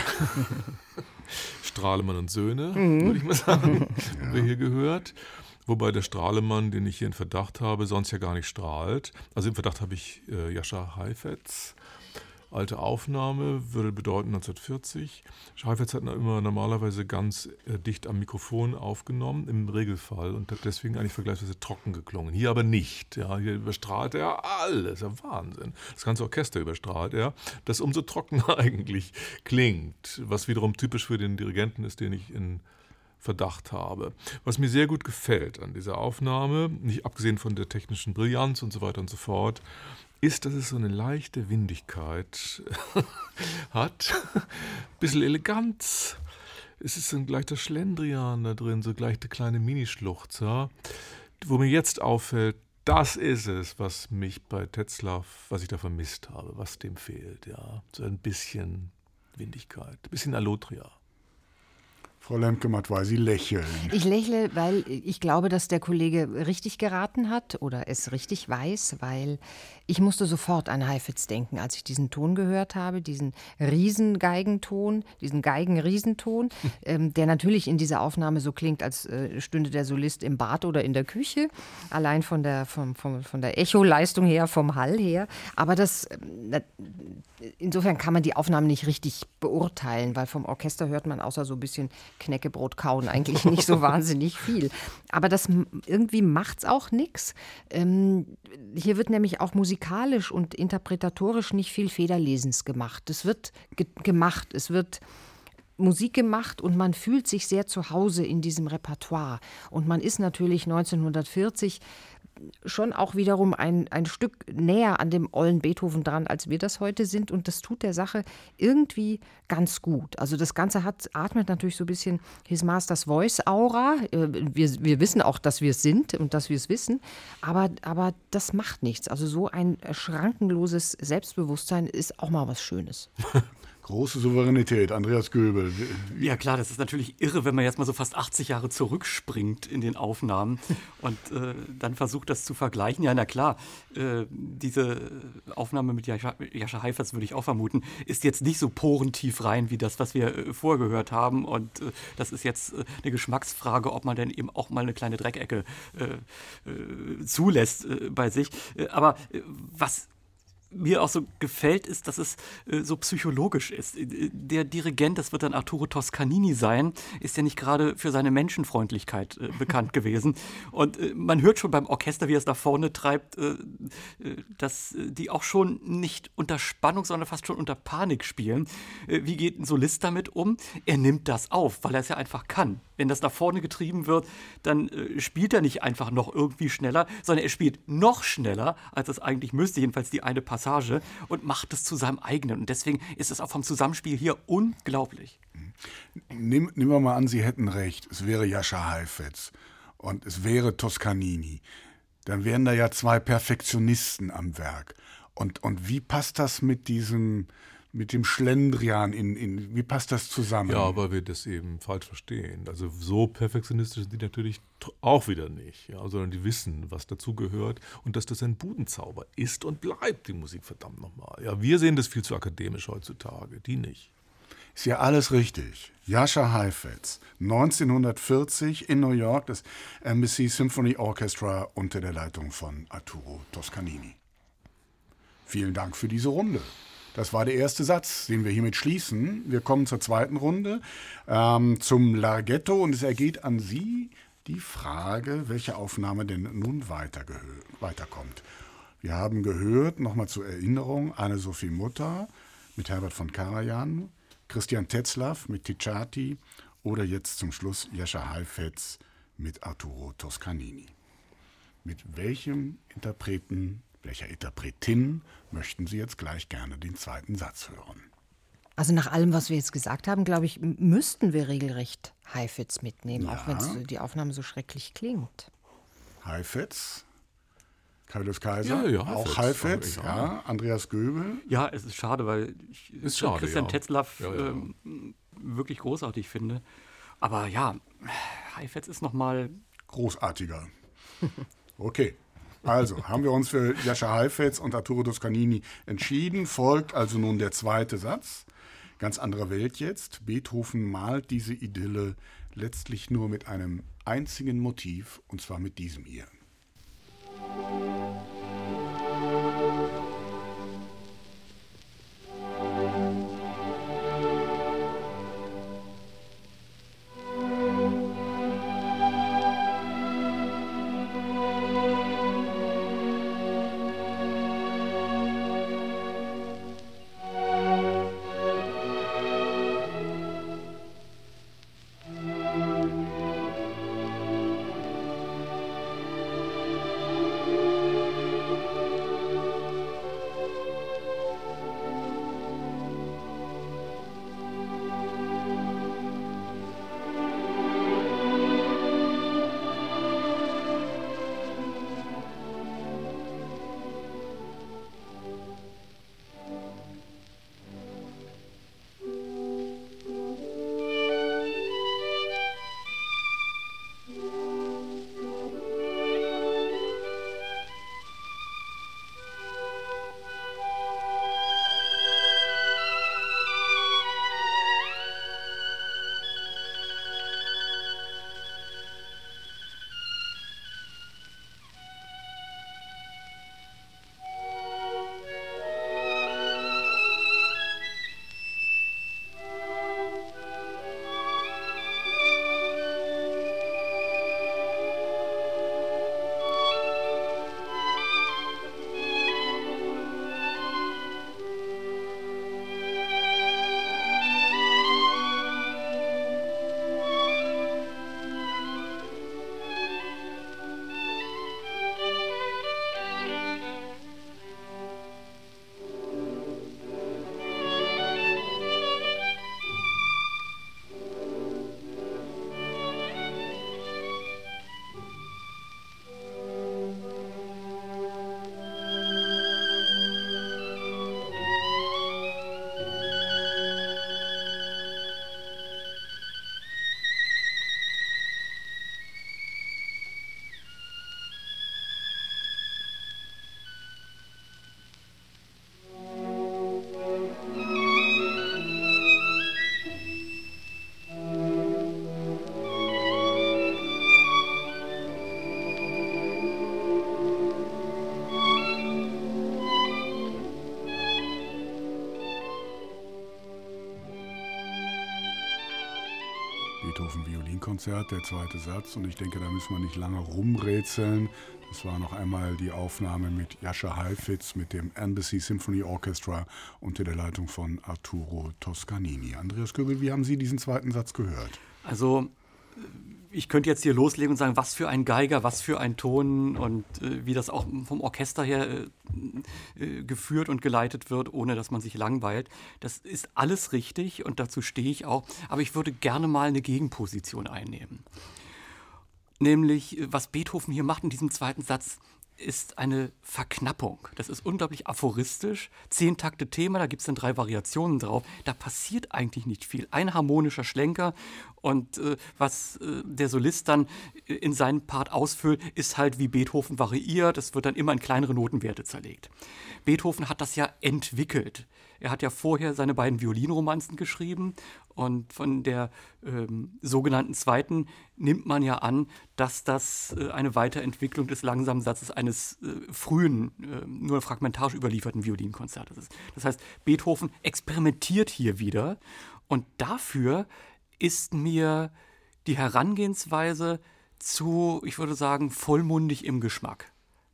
Strahlemann und Söhne, würde ich mal sagen, haben wir hier gehört. Wobei der Strahlemann, den ich hier in Verdacht habe, sonst ja gar nicht strahlt. Also im Verdacht habe ich Jascha Heifetz. Alte Aufnahme würde bedeuten 1940. Heifetz hat immer normalerweise ganz dicht am Mikrofon aufgenommen, im Regelfall, und hat deswegen eigentlich vergleichsweise trocken geklungen. Hier aber nicht. Ja, hier überstrahlt er alles. Ja, Wahnsinn. Das ganze Orchester überstrahlt er, das umso trockener eigentlich klingt, was wiederum typisch für den Dirigenten ist, den ich in Verdacht habe. Was mir sehr gut gefällt an dieser Aufnahme, nicht abgesehen von der technischen Brillanz und so weiter und so fort, ist, dass es so eine leichte Windigkeit hat. Bisschen Eleganz. Es ist ein leichter Schlendrian da drin, so leichte kleine Minischluchzer. Wo mir jetzt auffällt, das ist es, was mich bei Tetzlaff, was ich da vermisst habe, was dem fehlt. Ja. So ein bisschen Windigkeit, ein bisschen Allotria. Frau Lemke-Matwei, Sie lächeln. Ich lächle, weil ich glaube, dass der Kollege richtig geraten hat oder es richtig weiß, weil ich musste sofort an Heifetz denken, als ich diesen Ton gehört habe, diesen Riesengeigenton, diesen Geigenriesenton, der natürlich in dieser Aufnahme so klingt, als stünde der Solist im Bad oder in der Küche, allein von der Echoleistung her, vom Hall her. Aber insofern kann man die Aufnahme nicht richtig beurteilen, weil vom Orchester hört man außer so ein bisschen Knäckebrot kauen eigentlich nicht so wahnsinnig viel. Aber das irgendwie macht's auch nichts. Hier wird nämlich auch musikalisch und interpretatorisch nicht viel Federlesens gemacht. Es wird gemacht, es wird Musik gemacht und man fühlt sich sehr zu Hause in diesem Repertoire. Und man ist natürlich 1940 schon auch wiederum ein Stück näher an dem ollen Beethoven dran, als wir das heute sind. Und das tut der Sache irgendwie ganz gut. Also das Ganze atmet natürlich so ein bisschen His Master's Voice-Aura. Wir wissen auch, dass wir es sind und dass wir es wissen. Aber das macht nichts. Also so ein schrankenloses Selbstbewusstsein ist auch mal was Schönes. Große Souveränität, Andreas Göbel. Ja klar, das ist natürlich irre, wenn man jetzt mal so fast 80 Jahre zurückspringt in den Aufnahmen und dann versucht, das zu vergleichen. Ja, na klar, diese Aufnahme mit Jascha Heifetz, würde ich auch vermuten, ist jetzt nicht so porentief rein wie das, was wir vorgehört haben. Und das ist jetzt eine Geschmacksfrage, ob man denn eben auch mal eine kleine Dreckecke zulässt bei sich. Aber was mir auch so gefällt, ist, dass es so psychologisch ist. Der Dirigent, das wird dann Arturo Toscanini sein, ist ja nicht gerade für seine Menschenfreundlichkeit bekannt gewesen. Und man hört schon beim Orchester, wie er es nach vorne treibt, dass die auch schon nicht unter Spannung, sondern fast schon unter Panik spielen. Wie geht ein Solist damit um? Er nimmt das auf, weil er es ja einfach kann. Wenn das nach vorne getrieben wird, dann spielt er nicht einfach noch irgendwie schneller, sondern er spielt noch schneller, als es eigentlich müsste, jedenfalls die eine Passage, und macht es zu seinem eigenen. Und deswegen ist es auch vom Zusammenspiel hier unglaublich. Nehmen wir mal an, Sie hätten recht, es wäre Jascha Heifetz und es wäre Toscanini. Dann wären da ja zwei Perfektionisten am Werk. Und wie passt das mit dem Schlendrian, wie passt das zusammen? Ja, aber wir das eben falsch verstehen. Also so perfektionistisch sind die natürlich auch wieder nicht, ja, sondern die wissen, was dazugehört und dass das ein Budenzauber ist und bleibt, die Musik, verdammt nochmal. Ja, wir sehen das viel zu akademisch heutzutage, die nicht. Ist ja alles richtig. Jascha Heifetz, 1940 in New York, das Embassy Symphony Orchestra unter der Leitung von Arturo Toscanini. Vielen Dank für diese Runde. Das war der erste Satz, den wir hiermit schließen. Wir kommen zur zweiten Runde, zum Larghetto. Und es ergeht an Sie die Frage, welche Aufnahme denn nun weiterkommt. Wir haben gehört, nochmal zur Erinnerung, Anne-Sophie Mutter mit Herbert von Karajan, Christian Tetzlaff mit Ticciati oder jetzt zum Schluss Jascha Heifetz mit Arturo Toscanini. Mit welchem Interpreten, welcher Interpretin möchten Sie jetzt gleich gerne den zweiten Satz hören? Also nach allem, was wir jetzt gesagt haben, glaube ich, müssten wir regelrecht Heifetz mitnehmen, Ja. auch wenn die Aufnahme so schrecklich klingt. Heifetz, Kaius Kaiser, Ja, auch Heifetz, Heifetz, ja. Andreas Göbel. Ja, es ist schade, weil ich Christian Tetzlaff wirklich großartig finde. Aber ja, Heifetz ist nochmal großartiger. Okay, also haben wir uns für Jascha Heifetz und Arturo Toscanini entschieden. Folgt also nun der zweite Satz. Ganz andere Welt jetzt. Beethoven malt diese Idylle letztlich nur mit einem einzigen Motiv, und zwar mit diesem hier. Beethoven-Violinkonzert, der zweite Satz. Und ich denke, da müssen wir nicht lange rumrätseln. Das war noch einmal die Aufnahme mit Jascha Heifetz, mit dem Embassy Symphony Orchestra unter der Leitung von Arturo Toscanini. Andreas Göbel, wie haben Sie diesen zweiten Satz gehört? Also, ich könnte jetzt hier loslegen und sagen, was für ein Geiger, was für ein Ton und wie das auch vom Orchester her geführt und geleitet wird, ohne dass man sich langweilt. Das ist alles richtig und dazu stehe ich auch. Aber ich würde gerne mal eine Gegenposition einnehmen. Nämlich, was Beethoven hier macht in diesem zweiten Satz, ist eine Verknappung. Das ist unglaublich aphoristisch. 10 Takte Thema, da gibt es dann 3 Variationen drauf. Da passiert eigentlich nicht viel. Ein harmonischer Schlenker und was der Solist dann in seinem Part ausfüllt, ist halt wie Beethoven variiert. Es wird dann immer in kleinere Notenwerte zerlegt. Beethoven hat das ja entwickelt. Er hat ja vorher seine beiden Violinromanzen geschrieben und von der sogenannten zweiten nimmt man ja an, dass das eine Weiterentwicklung des langsamen Satzes eines frühen, nur fragmentarisch überlieferten Violinkonzertes ist. Das heißt, Beethoven experimentiert hier wieder und dafür ist mir die Herangehensweise zu, ich würde sagen, vollmundig im Geschmack.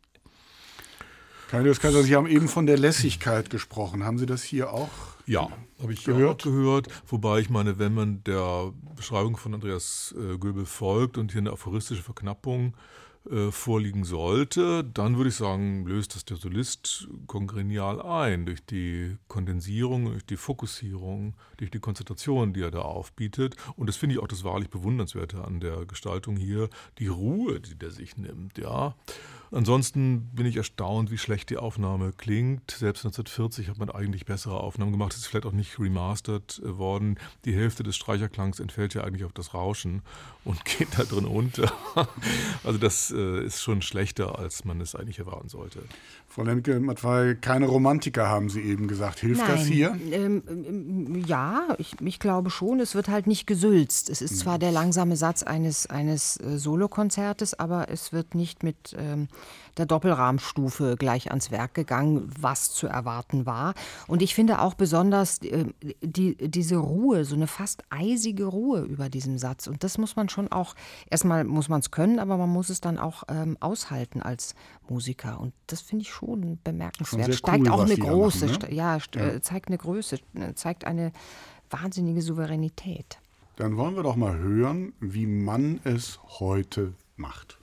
Kaius Kaiser, Sie haben eben von der Lässigkeit gesprochen. Haben Sie das hier auch Ja, habe ich gehört? Wobei ich meine, wenn man der Beschreibung von Andreas Göbel folgt und hier eine aphoristische Verknappung vorliegen sollte, dann würde ich sagen, löst das der Solist kongenial ein durch die Kondensierung, durch die Fokussierung, durch die Konzentration, die er da aufbietet. Und das finde ich auch das wahrlich Bewundernswerte an der Gestaltung hier, die Ruhe, die der sich nimmt, ja. Ansonsten bin ich erstaunt, wie schlecht die Aufnahme klingt. Selbst 1940 hat man eigentlich bessere Aufnahmen gemacht. Es ist vielleicht auch nicht remastert worden. Die Hälfte des Streicherklangs entfällt ja eigentlich auf das Rauschen und geht da drin unter. Also das ist schon schlechter, als man es eigentlich erwarten sollte. Frau Lemke-Matwei, keine Romantiker, haben Sie eben gesagt. Hilft das hier? Ja, ich glaube schon. Es wird halt nicht gesülzt. Es ist zwar der langsame Satz eines Solokonzertes, aber es wird nicht mit der Doppelrahmstufe gleich ans Werk gegangen, was zu erwarten war. Und ich finde auch besonders diese Ruhe, so eine fast eisige Ruhe über diesem Satz. Und das muss man schon auch, erstmal muss man es können, aber man muss es dann auch aushalten als Musiker. Und das finde ich schon bemerkenswert. Schon Steigt cool, auch eine was Sie da große, machen, ne? zeigt eine Größe, zeigt eine wahnsinnige Souveränität. Dann wollen wir doch mal hören, wie man es heute macht.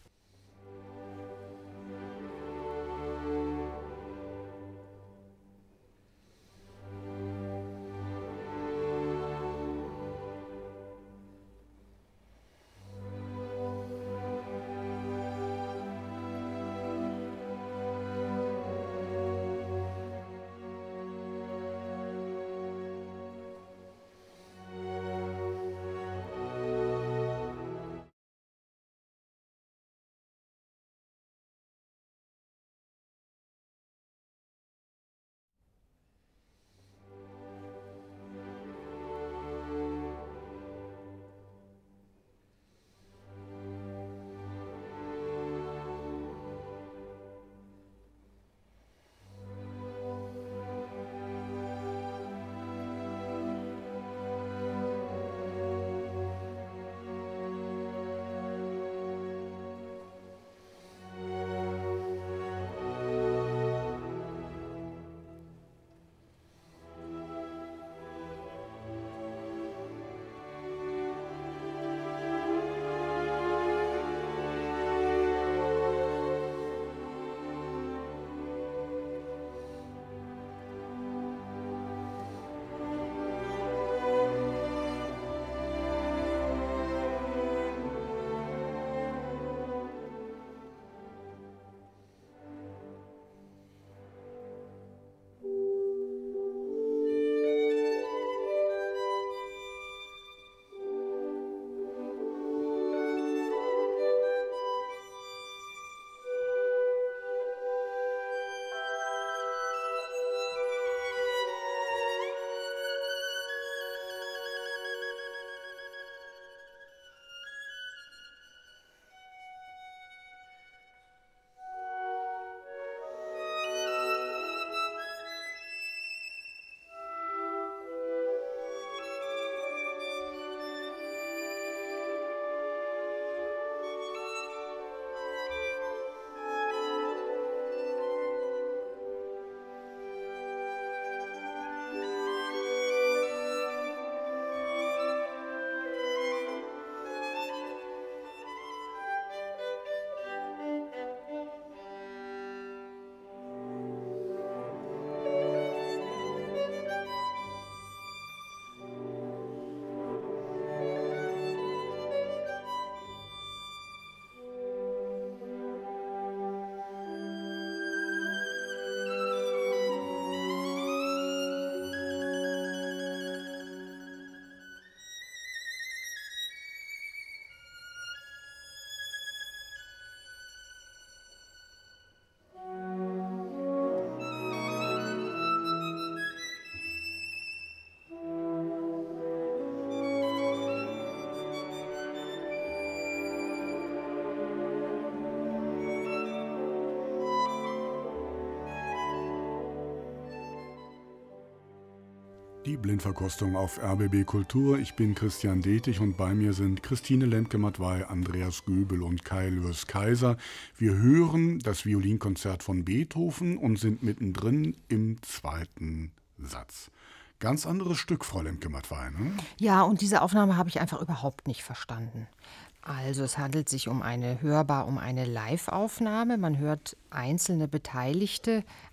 Die Blindverkostung auf RBB Kultur. Ich bin Christian Detig und bei mir sind Christine Lemke-Matwei, Andreas Göbel und Kai Lürs Kaiser. Wir hören das Violinkonzert von Beethoven und sind mittendrin im zweiten Satz. Ganz anderes Stück, Frau Lemke-Matwei, ne? Ja, und diese Aufnahme habe ich einfach überhaupt nicht verstanden. Also es handelt sich um eine Live-Aufnahme. Man hört einzelne Beteiligte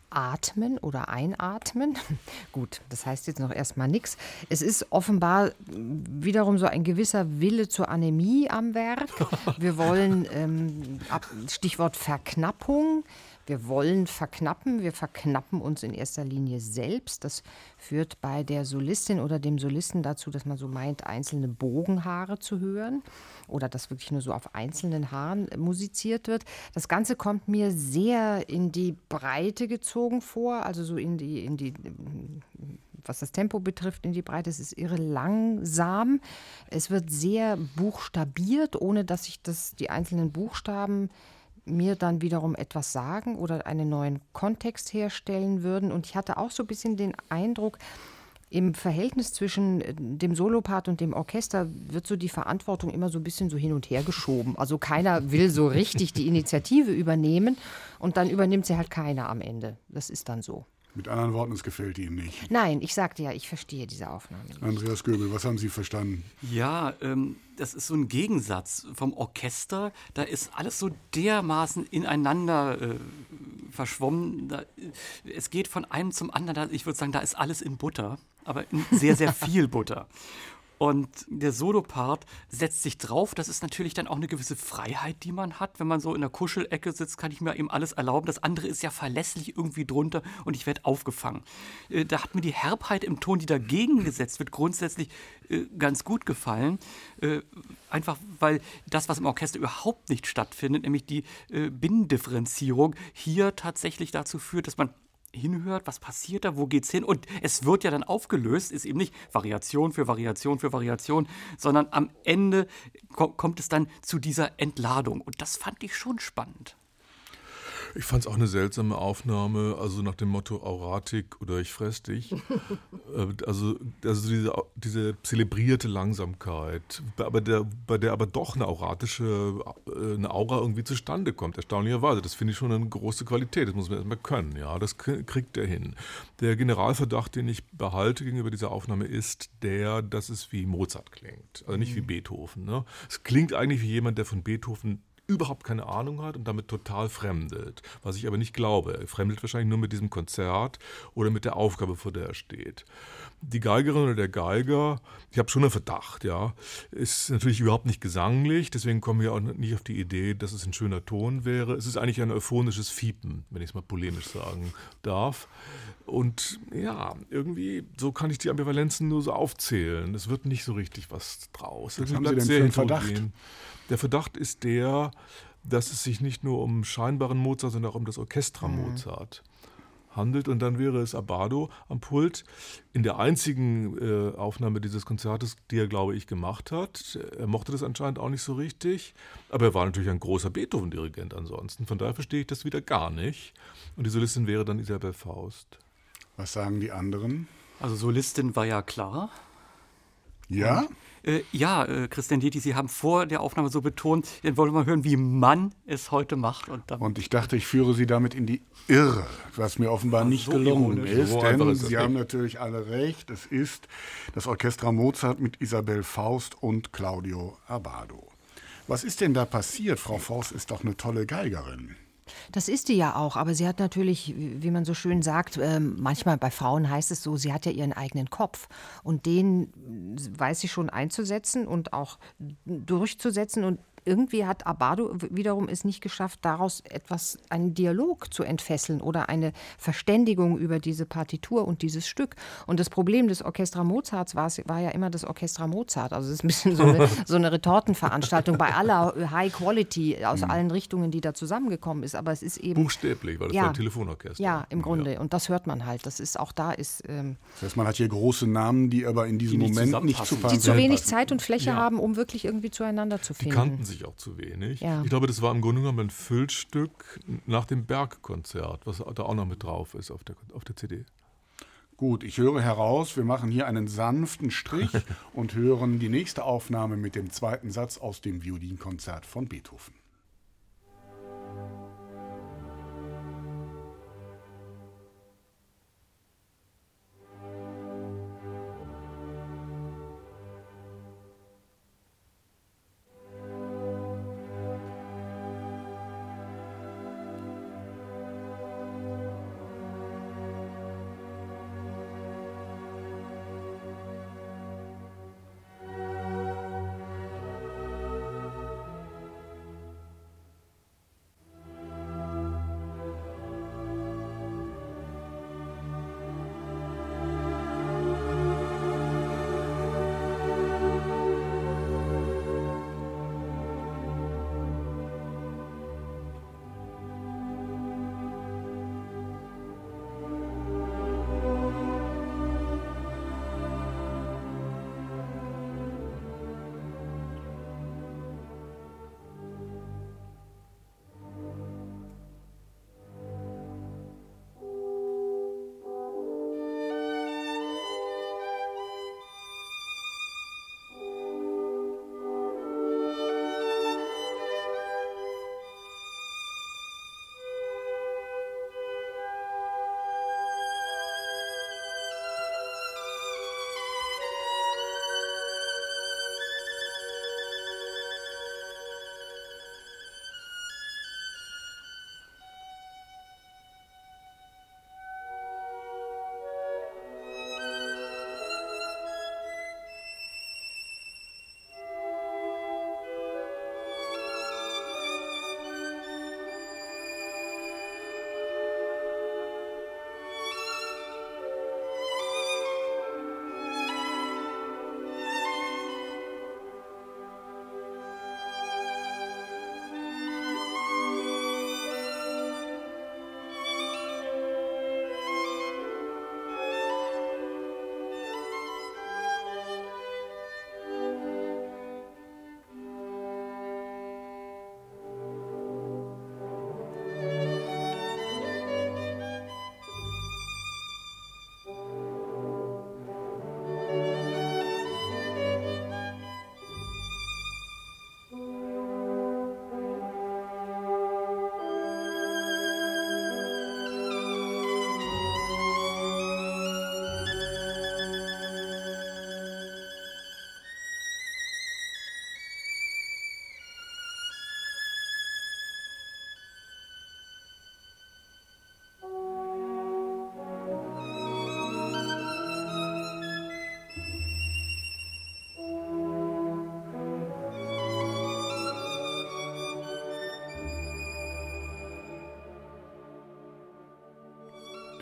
Atmen oder Einatmen. Gut, das heißt jetzt noch erstmal nichts. Es ist offenbar wiederum so ein gewisser Wille zur Anämie am Werk. Wir wollen, Stichwort Verknappung, wir wollen verknappen. Wir verknappen uns in erster Linie selbst. Das führt bei der Solistin oder dem Solisten dazu, dass man so meint, einzelne Bogenhaare zu hören oder dass wirklich nur so auf einzelnen Haaren musiziert wird. Das Ganze kommt mir sehr in die Breite gezogen vor, also so in die was das Tempo betrifft, in die Breite. Es ist irre langsam. Es wird sehr buchstabiert, ohne dass sich die einzelnen Buchstaben mir dann wiederum etwas sagen oder einen neuen Kontext herstellen würden. Und ich hatte auch so ein bisschen den Eindruck, im Verhältnis zwischen dem Solopart und dem Orchester wird so die Verantwortung immer so ein bisschen so hin und her geschoben. Also keiner will so richtig die Initiative übernehmen und dann übernimmt sie halt keiner am Ende. Das ist dann so. Mit anderen Worten, es gefällt Ihnen nicht. Nein, ich sagte ja, ich verstehe diese Aufnahme nicht. Andreas Göbel, was haben Sie verstanden? Ja, das ist so ein Gegensatz vom Orchester. Da ist alles so dermaßen ineinander verschwommen. Es geht von einem zum anderen. Ich würde sagen, da ist alles in Butter, aber in sehr, sehr viel Butter. Und der Solopart setzt sich drauf. Das ist natürlich dann auch eine gewisse Freiheit, die man hat. Wenn man so in der Kuschelecke sitzt, kann ich mir eben alles erlauben. Das andere ist ja verlässlich irgendwie drunter und ich werde aufgefangen. Da hat mir die Herbheit im Ton, die dagegen gesetzt wird, grundsätzlich ganz gut gefallen. Einfach weil das, was im Orchester überhaupt nicht stattfindet, nämlich die Binnendifferenzierung, hier tatsächlich dazu führt, dass man hinhört, was passiert da, wo geht's hin? Und es wird ja dann aufgelöst, ist eben nicht Variation für Variation für Variation, sondern am Ende kommt es dann zu dieser Entladung. Und das fand ich schon spannend. Ich fand es auch eine seltsame Aufnahme, also nach dem Motto Auratik oder ich fress dich. also diese zelebrierte Langsamkeit, bei der aber doch eine eine Aura irgendwie zustande kommt, erstaunlicherweise. Das finde ich schon eine große Qualität, das muss man erstmal können, ja, das kriegt er hin. Der Generalverdacht, den ich behalte gegenüber dieser Aufnahme, ist dass es wie Mozart klingt, also nicht wie Beethoven. Ne? Es klingt eigentlich wie jemand, der von Beethoven überhaupt keine Ahnung hat und damit total fremdelt. Was ich aber nicht glaube. Er fremdelt wahrscheinlich nur mit diesem Konzert oder mit der Aufgabe, vor der er steht. Die Geigerin oder der Geiger, ich habe schon einen Verdacht, ja, ist natürlich überhaupt nicht gesanglich, deswegen kommen wir auch nicht auf die Idee, dass es ein schöner Ton wäre. Es ist eigentlich ein euphonisches Fiepen, wenn ich es mal polemisch sagen darf. Und ja, irgendwie, so kann ich die Ambivalenzen nur so aufzählen. Es wird nicht so richtig was draus. Was haben Sie denn für einen Verdacht? Der Verdacht ist dass es sich nicht nur um scheinbaren Mozart, sondern auch um das Orchestra Mozart handelt. Und dann wäre es Abbado am Pult in der einzigen Aufnahme dieses Konzertes, die er, glaube ich, gemacht hat. Er mochte das anscheinend auch nicht so richtig, aber er war natürlich ein großer Beethoven-Dirigent ansonsten. Von daher verstehe ich das wieder gar nicht. Und die Solistin wäre dann Isabel Faust. Was sagen die anderen? Also Solistin war ja klar. Ja? Christian Dieti, Sie haben vor der Aufnahme so betont, dann wollen wir mal hören, wie man es heute macht. Und ich dachte, ich führe Sie damit in die Irre, was mir offenbar nicht gelungen ist. Denn Sie haben natürlich alle recht, es ist das Orchestra Mozart mit Isabel Faust und Claudio Abbado. Was ist denn da passiert? Frau Faust ist doch eine tolle Geigerin. Das ist die ja auch, aber sie hat natürlich, wie man so schön sagt, manchmal bei Frauen heißt es so, sie hat ja ihren eigenen Kopf und den weiß sie schon einzusetzen und auch durchzusetzen und irgendwie hat Abbado wiederum es nicht geschafft, daraus einen Dialog zu entfesseln oder eine Verständigung über diese Partitur und dieses Stück. Und das Problem des Orchestra Mozarts war ja immer das Orchestra Mozart. Also es ist ein bisschen so eine Retortenveranstaltung bei aller High Quality aus allen Richtungen, die da zusammengekommen ist. Aber es ist eben... Buchstäblich, weil das war ein Telefonorchester. Ja, im Grunde. Ja. Und das hört man halt. Das ist auch da ist... das heißt, man hat hier große Namen, die aber in diesem Moment nicht zu passen. Die zu wenig Zeit und Fläche haben, um wirklich irgendwie zueinander zu finden. Die kannten sich auch zu wenig. Ja. Ich glaube, das war im Grunde genommen ein Füllstück nach dem Bergkonzert, was da auch noch mit drauf ist auf der CD. Gut, ich höre heraus, wir machen hier einen sanften Strich und hören die nächste Aufnahme mit dem zweiten Satz aus dem Violinkonzert von Beethoven.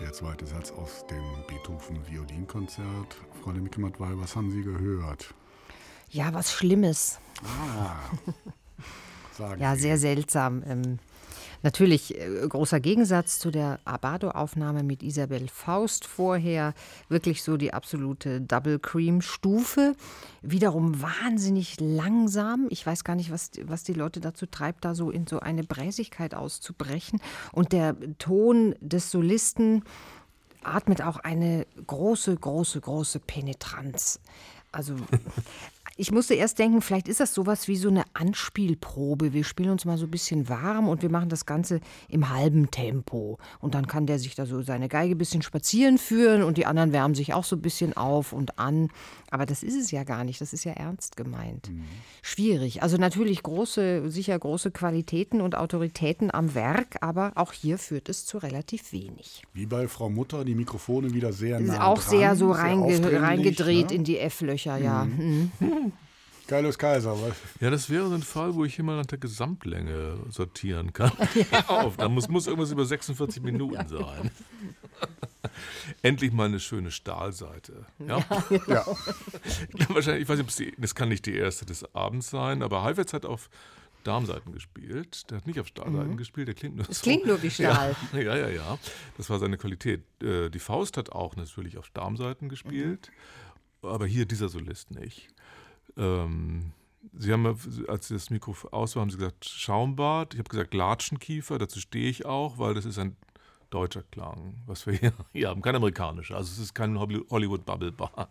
der zweite Satz aus dem Beethoven-Violinkonzert. Frau Lemke-Matwei, was haben Sie gehört? Ja, was Schlimmes. Sagen Ja, Sie. sehr seltsam. Natürlich großer Gegensatz zu der Abbado-Aufnahme mit Isabel Faust vorher. Wirklich so die absolute Double-Cream-Stufe. Wiederum wahnsinnig langsam. Ich weiß gar nicht, was die Leute dazu treibt, da so in so eine Bräsigkeit auszubrechen. Und der Ton des Solisten atmet auch eine große, große, große Penetranz. Also ich musste erst denken, vielleicht ist das sowas wie so eine Anspielprobe. Wir spielen uns mal so ein bisschen warm und wir machen das Ganze im halben Tempo. Und dann kann der sich da so seine Geige ein bisschen spazieren führen und die anderen wärmen sich auch so ein bisschen auf und an. Aber das ist es ja gar nicht, das ist ja ernst gemeint. Schwierig. Also natürlich sicher große Qualitäten und Autoritäten am Werk, aber auch hier führt es zu relativ wenig. Wie bei Frau Mutter, die Mikrofone wieder sehr nah Auch dran, sehr so aufdringlich, reingedreht ne? in die F-Löcher, ja. Kaius Kaiser, was? Ja, das wäre so ein Fall, wo ich hier mal nach der Gesamtlänge sortieren kann. Da muss irgendwas über 46 Minuten sein. Endlich mal eine schöne Stahlseite. Ja? Ja. Wahrscheinlich, ich weiß nicht, das kann nicht die erste des Abends sein, aber Heifetz hat auf Darmsaiten gespielt. Der hat nicht auf Stahlseiten gespielt, der klingt nur Es so. klingt nur wie Stahl. Ja. Das war seine Qualität. Die Faust hat auch natürlich auf Darmsaiten gespielt, aber hier dieser Solist nicht. Sie haben, als das Mikro aus war, haben Sie gesagt Schaumbad. Ich habe gesagt Latschenkiefer, dazu stehe ich auch, weil das ist ein deutscher Klang, was wir hier haben, kein amerikanischer. Also es ist kein Hollywood Bubble Bar.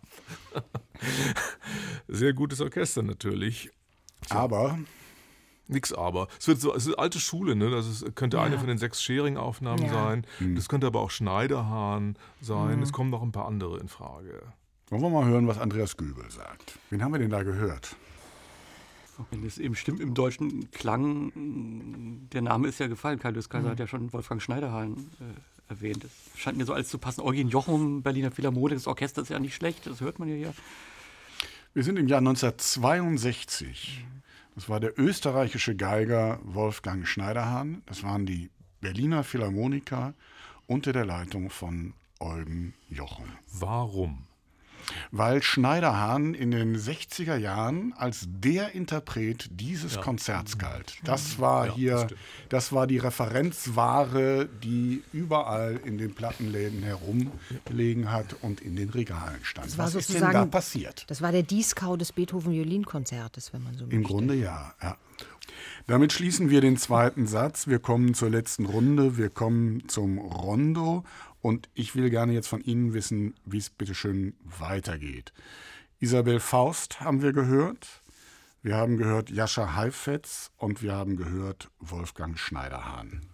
Sehr gutes Orchester natürlich. Aber Nix aber. Es ist alte Schule, ne? Das könnte eine von den 6 Schering-Aufnahmen sein. Das könnte aber auch Schneiderhahn sein. Es kommen noch ein paar andere in Frage. wollen wir mal hören, was Andreas Göbel sagt. Wen haben wir denn da gehört? Wenn es eben stimmt im deutschen Klang, der Name ist ja gefallen. Kaius Kaiser hat ja schon Wolfgang Schneiderhahn erwähnt. Das scheint mir so alles zu passen. Eugen Jochum, Berliner Philharmonik, das Orchester ist ja nicht schlecht, das hört man ja hier. Wir sind im Jahr 1962. Das war der österreichische Geiger Wolfgang Schneiderhahn. Das waren die Berliner Philharmoniker unter der Leitung von Eugen Jochum. Warum? Weil Schneiderhahn in den 60er Jahren als der Interpret dieses Konzerts galt. Das war das war die Referenzware, die überall in den Plattenläden herumgelegen hat und in den Regalen stand. Was ist denn da passiert? Das war der Dieskau des Beethoven-Violinkonzertes, wenn man so möchte. Im Grunde ja. Damit schließen wir den zweiten Satz. Wir kommen zur letzten Runde. Wir kommen zum Rondo. Und ich will gerne jetzt von Ihnen wissen, wie es bitteschön weitergeht. Isabel Faust haben wir gehört. Wir haben gehört Jascha Heifetz und wir haben gehört Wolfgang Schneiderhahn.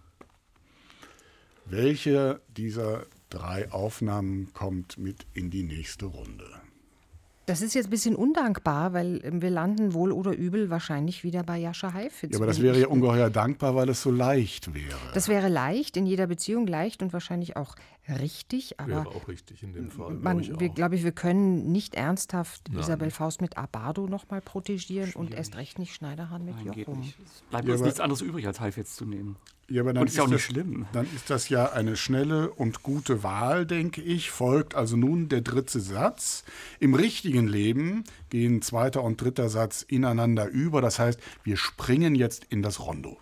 Welche dieser 3 Aufnahmen kommt mit in die nächste Runde? Das ist jetzt ein bisschen undankbar, weil wir landen wohl oder übel wahrscheinlich wieder bei Jascha Heifetz. Ja, aber das wäre ja ungeheuer dankbar, weil es so leicht wäre. Das wäre leicht, in jeder Beziehung leicht und wahrscheinlich auch richtig. Aber Wäre auch richtig in dem Fall, wir können nicht ernsthaft Isabel Faust mit Abbado nochmal protegieren und erst recht nicht Schneiderhahn mit Nein, geht Jochum. nicht. Es bleibt uns nichts anderes übrig, als Heifetz zu nehmen. Ja, aber dann Und ist ja auch nicht das, schlimm. Dann ist das ja eine schnelle und gute Wahl, denke ich. Folgt also nun der dritte Satz. Im richtigen Leben gehen zweiter und dritter Satz ineinander über. Das heißt, wir springen jetzt in das Rondo.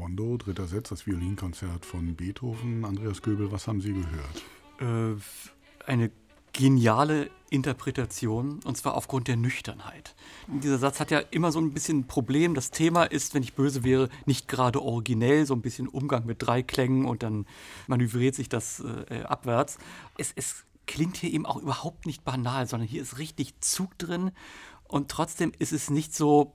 Rondo, 3. Satz, das Violinkonzert von Beethoven. Andreas Göbel, was haben Sie gehört? Eine geniale Interpretation, und zwar aufgrund der Nüchternheit. Dieser Satz hat ja immer so ein bisschen ein Problem. Das Thema ist, wenn ich böse wäre, nicht gerade originell, so ein bisschen Umgang mit Dreiklängen und dann manövriert sich das abwärts. Es klingt hier eben auch überhaupt nicht banal, sondern hier ist richtig Zug drin und trotzdem ist es nicht so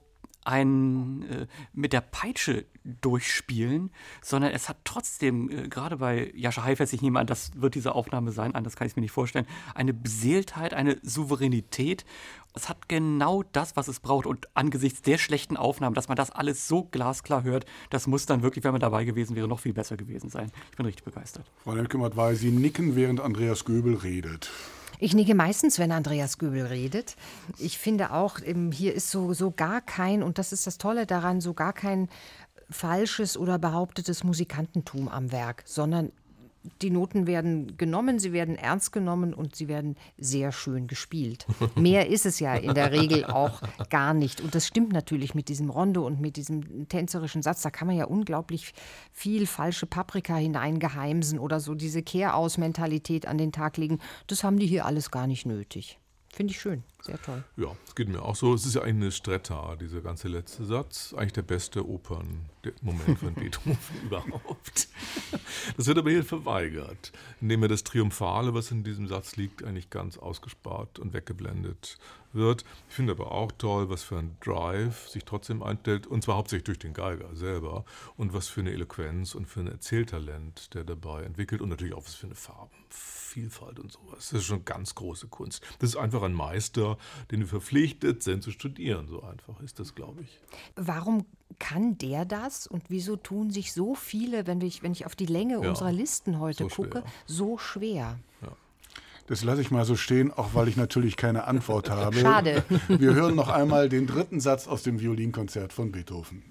ein mit der Peitsche durchspielen, sondern es hat trotzdem, gerade bei Jascha Heifetz, ich nehme an, das wird diese Aufnahme sein, anders kann ich es mir nicht vorstellen, eine Beseeltheit, eine Souveränität. Es hat genau das, was es braucht und angesichts der schlechten Aufnahmen, dass man das alles so glasklar hört, das muss dann wirklich, wenn man dabei gewesen wäre, noch viel besser gewesen sein. Ich bin richtig begeistert. Frau Lemke-Matwei, Sie nicken, während Andreas Göbel redet. Ich nicke meistens, wenn Andreas Göbel redet. Ich finde auch, hier ist so gar kein, und das ist das Tolle daran, so gar kein falsches oder behauptetes Musikantentum am Werk, sondern die Noten werden genommen, sie werden ernst genommen und sie werden sehr schön gespielt. Mehr ist es ja in der Regel auch gar nicht. Und das stimmt natürlich mit diesem Rondo und mit diesem tänzerischen Satz. Da kann man ja unglaublich viel falsche Paprika hineingeheimsen oder so diese Kehraus-Mentalität an den Tag legen. Das haben die hier alles gar nicht nötig. Finde ich schön, sehr toll. Ja, es geht mir auch so. Es ist ja eigentlich eine Stretta, dieser ganze letzte Satz. Eigentlich der beste Opernmoment von Beethoven überhaupt. Das wird aber hier verweigert, indem er das Triumphale, was in diesem Satz liegt, eigentlich ganz ausgespart und weggeblendet wird. Ich finde aber auch toll, was für ein Drive sich trotzdem einstellt, und zwar hauptsächlich durch den Geiger selber, und was für eine Eloquenz und für ein Erzähltalent der dabei entwickelt und natürlich auch was für eine Farbenvielfalt und sowas. Das ist schon ganz große Kunst. Das ist einfach ein Meister, den wir verpflichtet sind zu studieren. So einfach ist das, glaube ich. Warum kann der das und wieso tun sich so viele, wenn ich auf die Länge unserer Listen heute gucke, so schwer? Ja. Das lasse ich mal so stehen, auch weil ich natürlich keine Antwort habe. Schade. Wir hören noch einmal den 3. Satz aus dem Violinkonzert von Beethoven.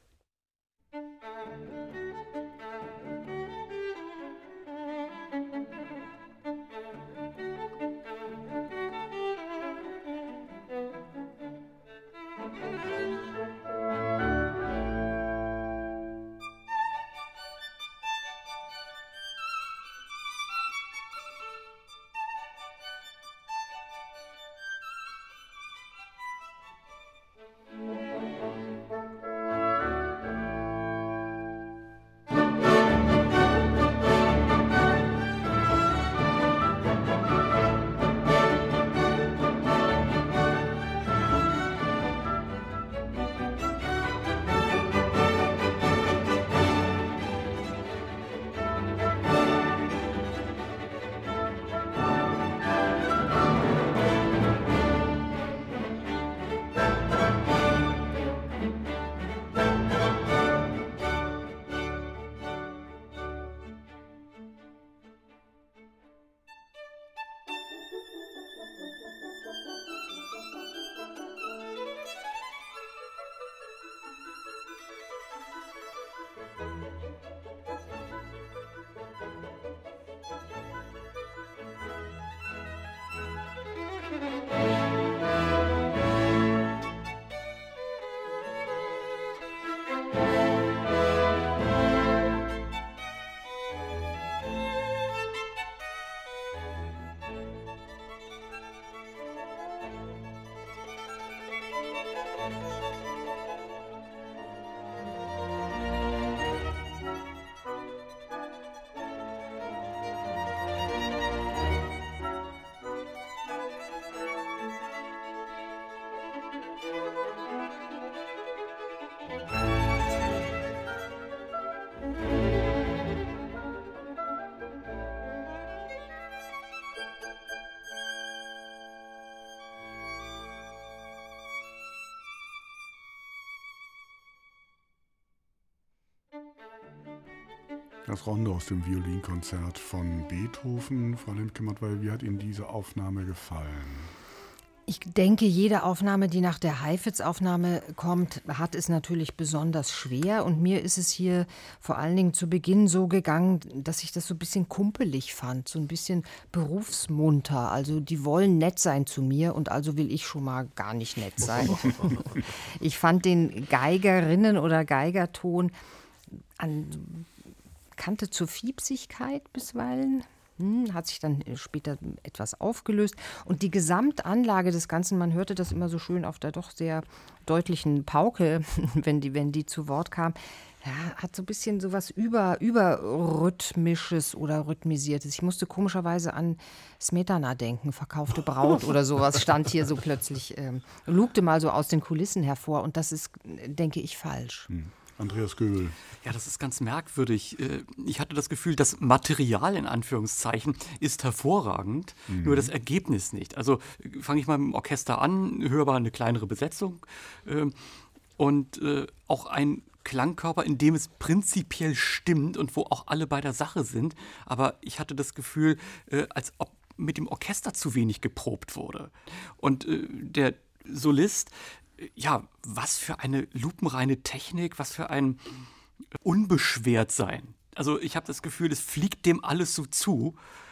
Das Rondo aus dem Violinkonzert von Beethoven. Frau Lemke-Matwei, wie hat Ihnen diese Aufnahme gefallen? Ich denke, jede Aufnahme, die nach der Heifetz-Aufnahme kommt, hat es natürlich besonders schwer. Und mir ist es hier vor allen Dingen zu Beginn so gegangen, dass ich das so ein bisschen kumpelig fand, so ein bisschen berufsmunter. Also die wollen nett sein zu mir und also will ich schon mal gar nicht nett sein. Ich fand den Geigerinnen- oder Geigerton kannte zur Fiepsigkeit bisweilen. Hat sich dann später etwas aufgelöst. Und die Gesamtanlage des Ganzen, man hörte das immer so schön auf der doch sehr deutlichen Pauke, wenn die zu Wort kam, ja, hat so ein bisschen so was überrhythmisches oder rhythmisiertes. Ich musste komischerweise an Smetana denken, verkaufte Braut oder sowas, stand hier so plötzlich, lugte mal so aus den Kulissen hervor. Und das ist, denke ich, falsch. Andreas Göbel. Ja, das ist ganz merkwürdig. Ich hatte das Gefühl, das Material in Anführungszeichen ist hervorragend, nur das Ergebnis nicht. Also fange ich mal mit dem Orchester an, hörbar eine kleinere Besetzung und auch ein Klangkörper, in dem es prinzipiell stimmt und wo auch alle bei der Sache sind. Aber ich hatte das Gefühl, als ob mit dem Orchester zu wenig geprobt wurde. Und der Solist, ja, was für eine lupenreine Technik, was für ein Unbeschwertsein. Also ich habe das Gefühl, es fliegt dem alles so zu.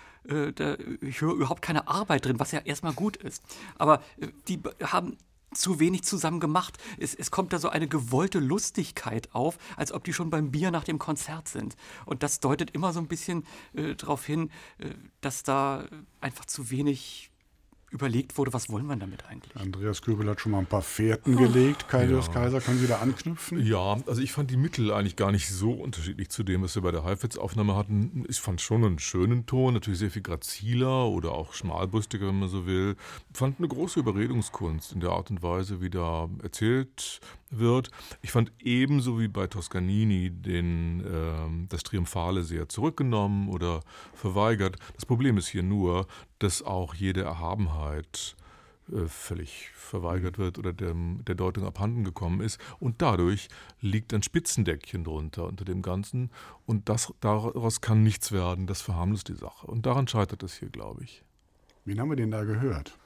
Ich höre überhaupt keine Arbeit drin, was ja erstmal gut ist. Aber die haben zu wenig zusammen gemacht. Es kommt da so eine gewollte Lustigkeit auf, als ob die schon beim Bier nach dem Konzert sind. Und das deutet immer so ein bisschen darauf hin, dass da einfach zu wenig überlegt wurde, was wollen wir damit eigentlich? Andreas Göbel hat schon mal ein paar Fährten gelegt. Kaius Kaiser, können Sie da anknüpfen? Ja, also ich fand die Mittel eigentlich gar nicht so unterschiedlich zu dem, was wir bei der Heifetz-Aufnahme hatten. Ich fand schon einen schönen Ton, natürlich sehr viel graziler oder auch schmalbrüstiger, wenn man so will. Ich fand eine große Überredungskunst in der Art und Weise, wie da erzählt wird. Ich fand ebenso wie bei Toscanini das Triumphale sehr zurückgenommen oder verweigert. Das Problem ist hier nur, dass auch jede Erhabenheit völlig verweigert wird oder der Deutung abhanden gekommen ist. Und dadurch liegt ein Spitzendeckchen drunter unter dem Ganzen. Und daraus kann nichts werden. Das verharmlost die Sache. Und daran scheitert es hier, glaube ich. Wen haben wir denn da gehört?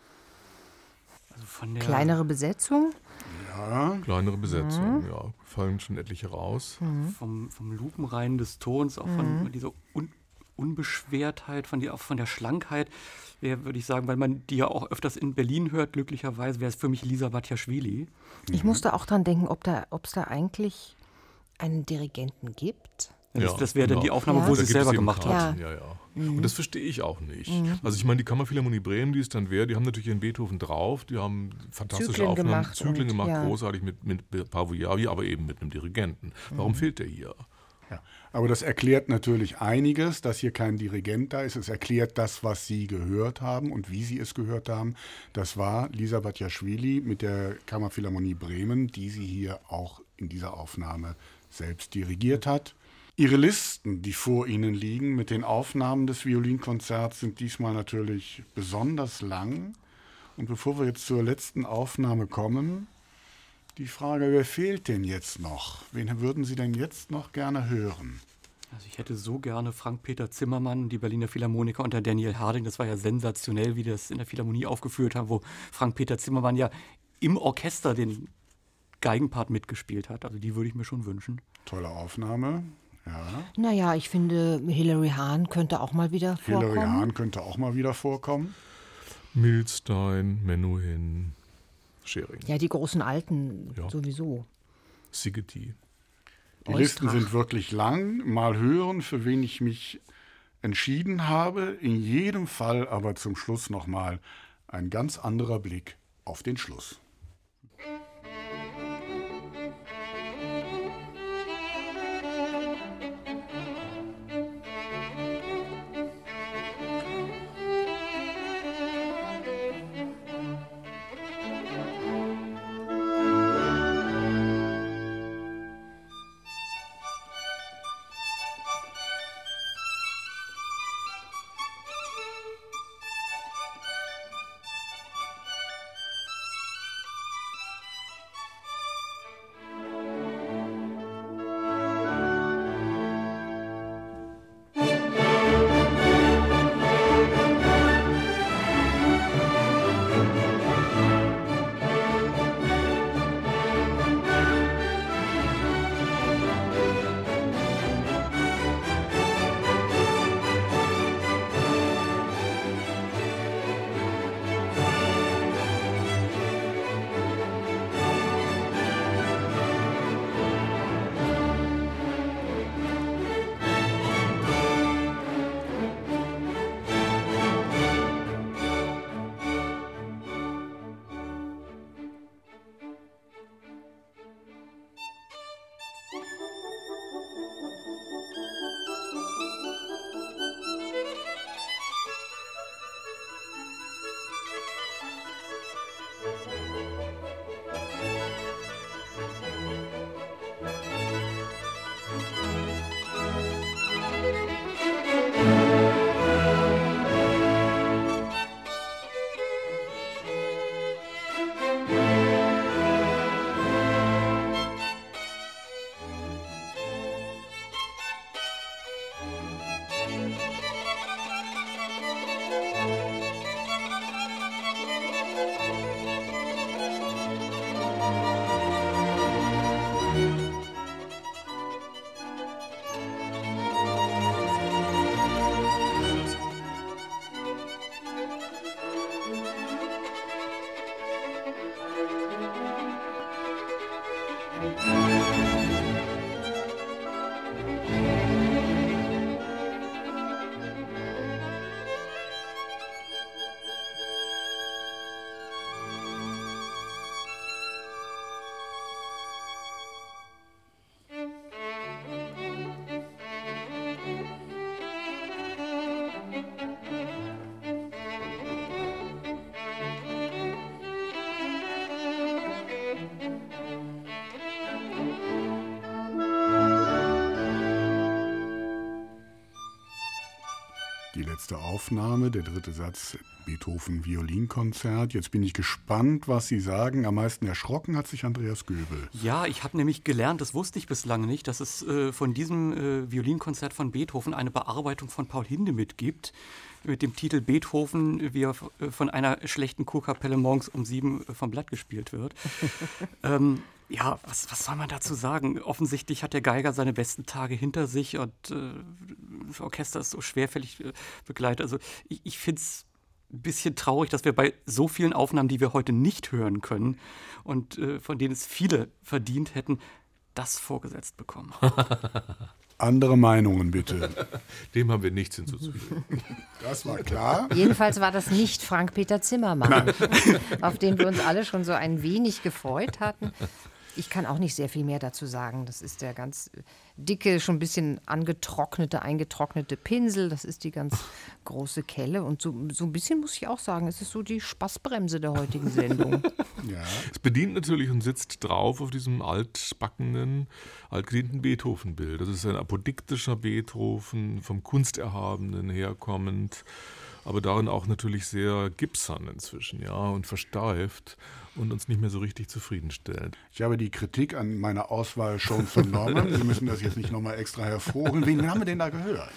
Also von der Kleinere Besetzung? Ja. Kleinere Besetzung, ja. Fallen schon etliche raus. vom Lupenreinen des Tons, auch von dieser Unbeschwertheit, auch von der Schlankheit, würde ich sagen, weil man die ja auch öfters in Berlin hört, glücklicherweise, wäre es für mich Lisa Batjaschwili. Ich musste auch dran denken, ob es da eigentlich einen Dirigenten gibt. Das wäre dann die Aufnahme, Ja. wo Da sie es gibt selber eben gemacht hat. Karten, ja. Und das verstehe ich auch nicht. Also ich meine, die Kammerphilharmonie Bremen, die es dann wäre, die haben natürlich ihren Beethoven drauf, die haben fantastische Zyklen Aufnahmen, gemacht Zyklen und, gemacht, ja. großartig mit Pavoyavi, aber eben mit einem Dirigenten. Warum fehlt der hier? Ja. Aber das erklärt natürlich einiges, dass hier kein Dirigent da ist. Es erklärt das, was Sie gehört haben und wie Sie es gehört haben. Das war Lisa Batjaschwili mit der Kammerphilharmonie Bremen, die sie hier auch in dieser Aufnahme selbst dirigiert hat. Ihre Listen, die vor Ihnen liegen mit den Aufnahmen des Violinkonzerts, sind diesmal natürlich besonders lang. Und bevor wir jetzt zur letzten Aufnahme kommen, die Frage, wer fehlt denn jetzt noch? Wen würden Sie denn jetzt noch gerne hören? Also ich hätte so gerne Frank-Peter Zimmermann, die Berliner Philharmoniker unter Daniel Harding. Das war ja sensationell, wie die das in der Philharmonie aufgeführt haben, wo Frank-Peter Zimmermann ja im Orchester den Geigenpart mitgespielt hat. Also die würde ich mir schon wünschen. Tolle Aufnahme. Ja. Naja, ich finde, Hilary Hahn könnte auch mal wieder vorkommen. Hilary Hahn könnte auch mal wieder vorkommen. Milstein, Menuhin, Schering, Ja, die großen Alten Ja. sowieso. Sigeti. Die Listen sind wirklich lang. Mal hören, für wen ich mich entschieden habe. In jedem Fall aber zum Schluss nochmal ein ganz anderer Blick auf den Schluss. Die letzte Aufnahme, der dritte Satz, Beethoven-Violinkonzert. Jetzt bin ich gespannt, was Sie sagen. Am meisten erschrocken hat sich Andreas Göbel. Ja, ich habe nämlich gelernt, das wusste ich bislang nicht, dass es von diesem Violinkonzert von Beethoven eine Bearbeitung von Paul Hindemith gibt, mit dem Titel Beethoven, wie er von einer schlechten Kurkapelle morgens um 7 vom Blatt gespielt wird. Ja, was soll man dazu sagen? Offensichtlich hat der Geiger seine besten Tage hinter sich und das Orchester ist so schwerfällig begleitet. Also ich finde es ein bisschen traurig, dass wir bei so vielen Aufnahmen, die wir heute nicht hören können und von denen es viele verdient hätten, das vorgesetzt bekommen. Andere Meinungen bitte. Dem haben wir nichts hinzuzufügen. Das war klar. Jedenfalls war das nicht Frank-Peter Zimmermann, auf den wir uns alle schon so ein wenig gefreut hatten. Ich kann auch nicht sehr viel mehr dazu sagen. Das ist der ganz dicke, schon ein bisschen eingetrocknete Pinsel. Das ist die ganz große Kelle. Und so ein bisschen muss ich auch sagen, es ist so die Spaßbremse der heutigen Sendung. Ja. Es bedient natürlich und sitzt drauf auf diesem altgedienten Beethoven-Bild. Das ist ein apodiktischer Beethoven, vom Kunsterhabenen herkommend, aber darin auch natürlich sehr gipsern inzwischen, ja, und versteift und uns nicht mehr so richtig zufriedenstellt. Ich habe die Kritik an meiner Auswahl schon vernommen. Sie müssen das jetzt nicht nochmal extra hervorholen. Wen haben wir denn da gehört?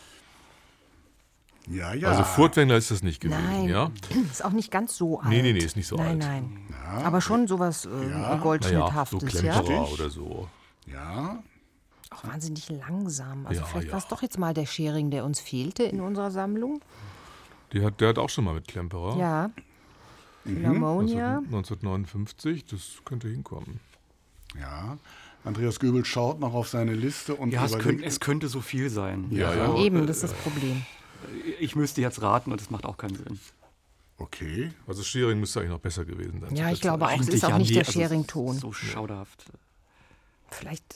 Ja. Also Furtwängler ist das nicht gewesen, Nein, ja? ist auch nicht ganz so alt. Nee, ist nicht so alt. Nein. Aber schon sowas Goldschnitthaftes, Klemperer oder so. Ja. Auch wahnsinnig langsam. Also Ja, vielleicht war es ja. doch jetzt mal der Schering, der uns fehlte in unserer Sammlung. Der hat auch schon mal mit Klemperer. Ja. Philharmonia. 1959, das könnte hinkommen. Ja. Andreas Göbel schaut noch auf seine Liste und Ja, überlegt. es könnte so viel sein. Ja. Eben, das ist das Problem. Ich müsste jetzt raten und das macht auch keinen Sinn. Okay. Also Schering müsste eigentlich noch besser gewesen sein. Ja, zu ich der glaube Zeit. auch, es ist auch nicht der also Schering-Ton. So schauderhaft. Vielleicht.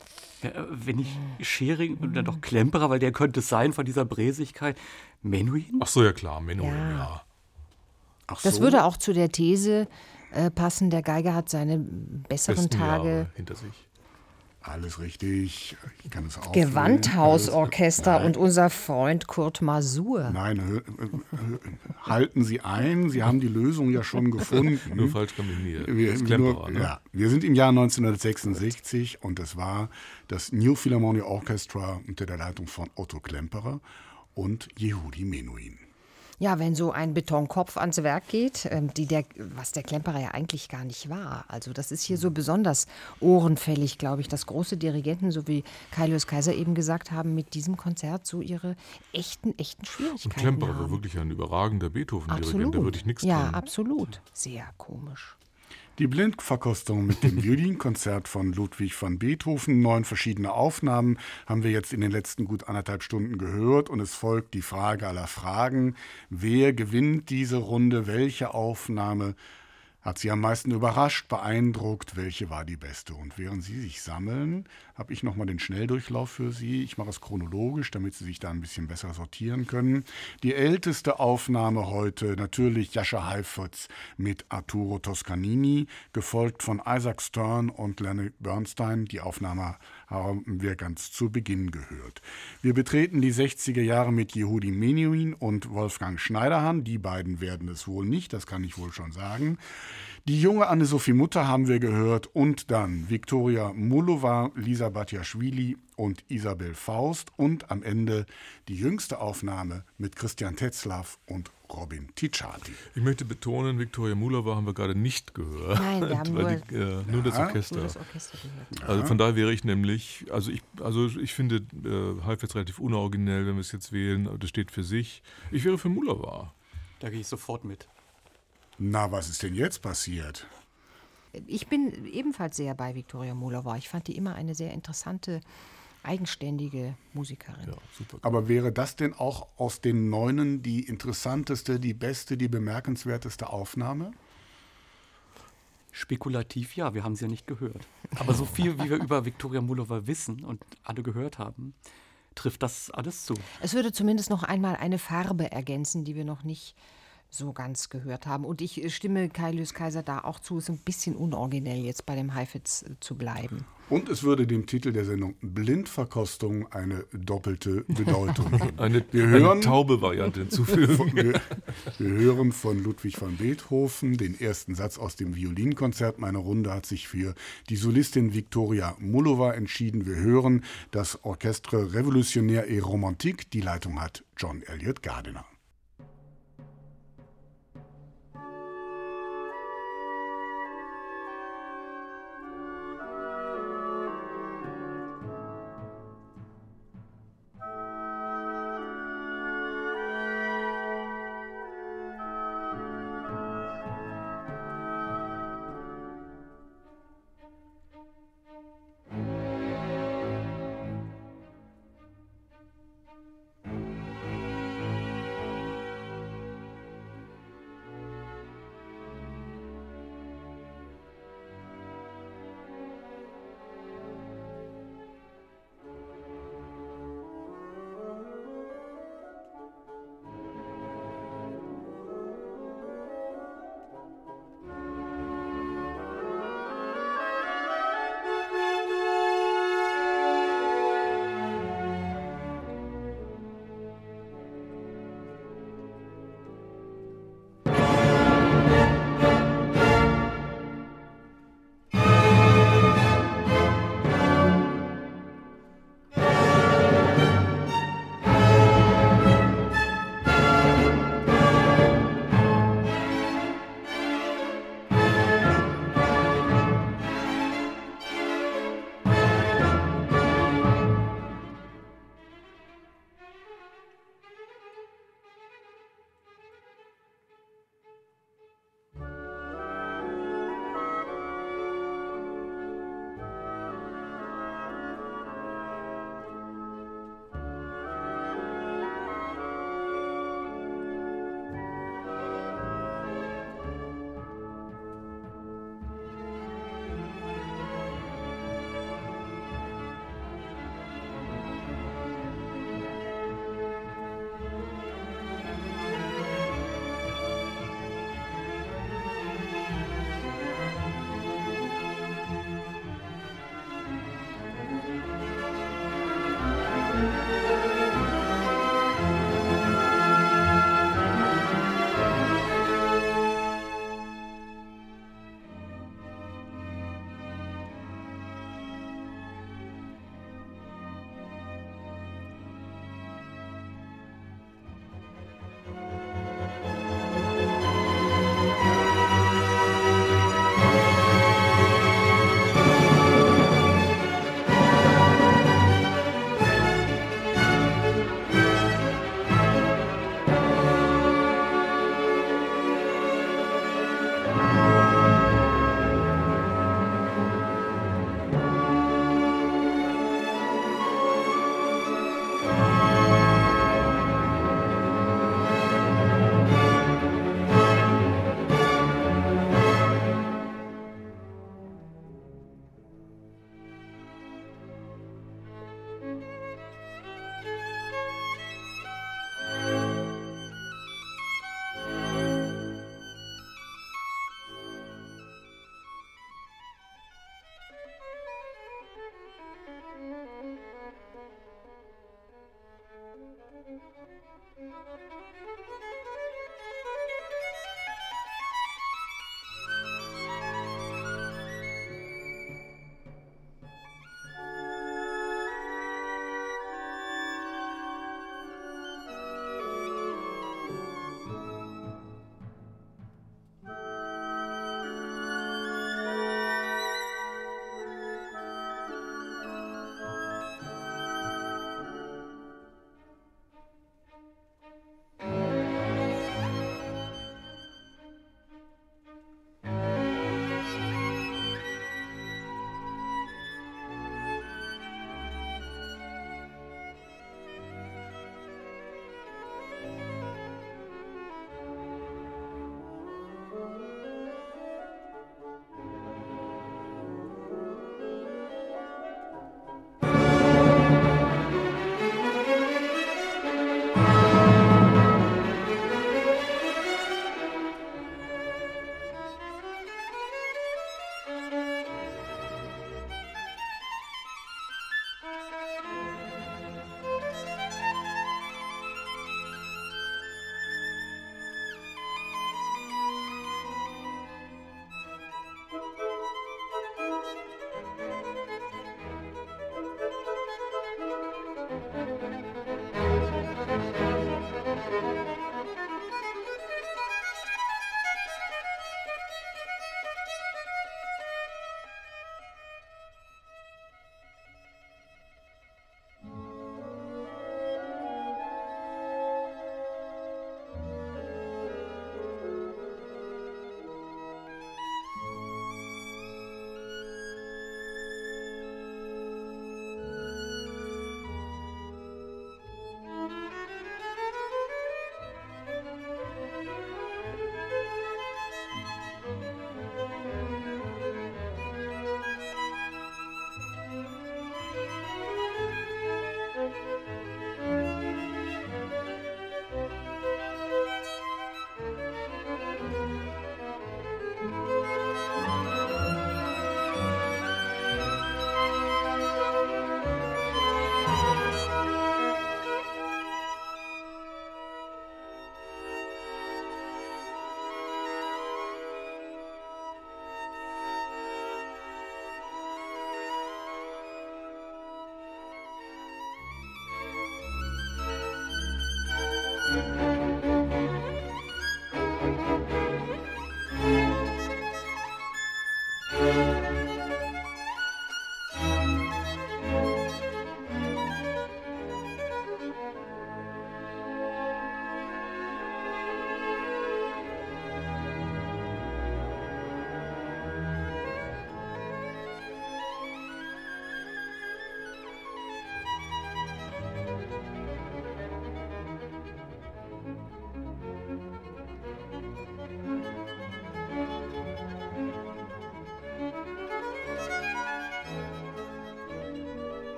Wenn ich Schering und dann doch Klemperer, weil der könnte es sein von dieser Bräsigkeit. Menuhin? Ach so, ja klar, Menuhin, Ja. ja. Ach Das so. würde auch zu der These passen, der Geiger hat seine besseren Besten Tage. Jahre hinter sich. Alles richtig. Ich kann es auch. Gewandhausorchester und unser Freund Kurt Masur. Nein, halten Sie ein. Sie haben die Lösung ja schon gefunden. Nur falsch kombiniert. Wir, Das ist Klemperer, ne? ja, wir sind im Jahr 1966 und es war das New Philharmonia Orchestra unter der Leitung von Otto Klemperer und Yehudi Menuhin. Ja, wenn so ein Betonkopf ans Werk geht, was der Klemperer ja eigentlich gar nicht war. Also das ist hier so besonders ohrenfällig, glaube ich, dass große Dirigenten, so wie Kailius Kaiser eben gesagt haben, mit diesem Konzert so ihre echten Und Schwierigkeiten Klemperer war haben. wirklich ein überragender Beethoven-Dirigent, Absolut. da würde ich nichts Ja, tun. absolut. Sehr komisch. Die Blindverkostung mit dem Violinkonzert von Ludwig van Beethoven. 9 verschiedene Aufnahmen haben wir jetzt in den letzten gut 1,5 Stunden gehört. Und es folgt die Frage aller Fragen. Wer gewinnt diese Runde? Welche Aufnahme hat Sie am meisten überrascht, beeindruckt? Welche war die beste? Und während Sie sich sammeln, habe ich nochmal den Schnelldurchlauf für Sie. Ich mache es chronologisch, damit Sie sich da ein bisschen besser sortieren können. Die älteste Aufnahme heute natürlich Jascha Heifetz mit Arturo Toscanini, gefolgt von Isaac Stern und Leonard Bernstein. Die Aufnahme haben wir ganz zu Beginn gehört. Wir betreten die 60er Jahre mit Yehudi Menuhin und Wolfgang Schneiderhan. Die beiden werden es wohl nicht, das kann ich wohl schon sagen. Die junge Anne-Sophie Mutter haben wir gehört und dann Viktoria Mullova, Lisa Batjaschwili und Isabel Faust und am Ende die jüngste Aufnahme mit Christian Tetzlaff und Robin Ticciati. Ich möchte betonen, Viktoria Mullova haben wir gerade nicht gehört. Nein, wir haben nur das Orchester. Nur das Orchester gehört. Also von daher wäre ich nämlich, ich finde Heifetz relativ unoriginell, wenn wir es jetzt wählen, das steht für sich. Ich wäre für Mullova. Da gehe ich sofort mit. Na, was ist denn jetzt passiert? Ich bin ebenfalls sehr bei Viktoria Muhlova. Ich fand die immer eine sehr interessante, eigenständige Musikerin. Ja, super. Aber wäre das denn auch aus den Neunen die interessanteste, die beste, die bemerkenswerteste Aufnahme? Spekulativ ja, wir haben sie ja nicht gehört. Aber so viel, wie wir über Viktoria Muhlova wissen und alle gehört haben, trifft das alles zu. Es würde zumindest noch einmal eine Farbe ergänzen, die wir noch nicht so ganz gehört haben. Und ich stimme Kai Lys Kaiser da auch zu, es ist ein bisschen unoriginell, jetzt bei dem Heifetz zu bleiben. Und es würde dem Titel der Sendung Blindverkostung eine doppelte Bedeutung geben. Eine taube Variante hinzufügen. Wir hören von Ludwig van Beethoven den ersten Satz aus dem Violinkonzert. Meine Runde hat sich für die Solistin Viktoria Muhlova entschieden. Wir hören das Orchestre Révolutionnaire et Romantique. Die Leitung hat John Elliott Gardiner.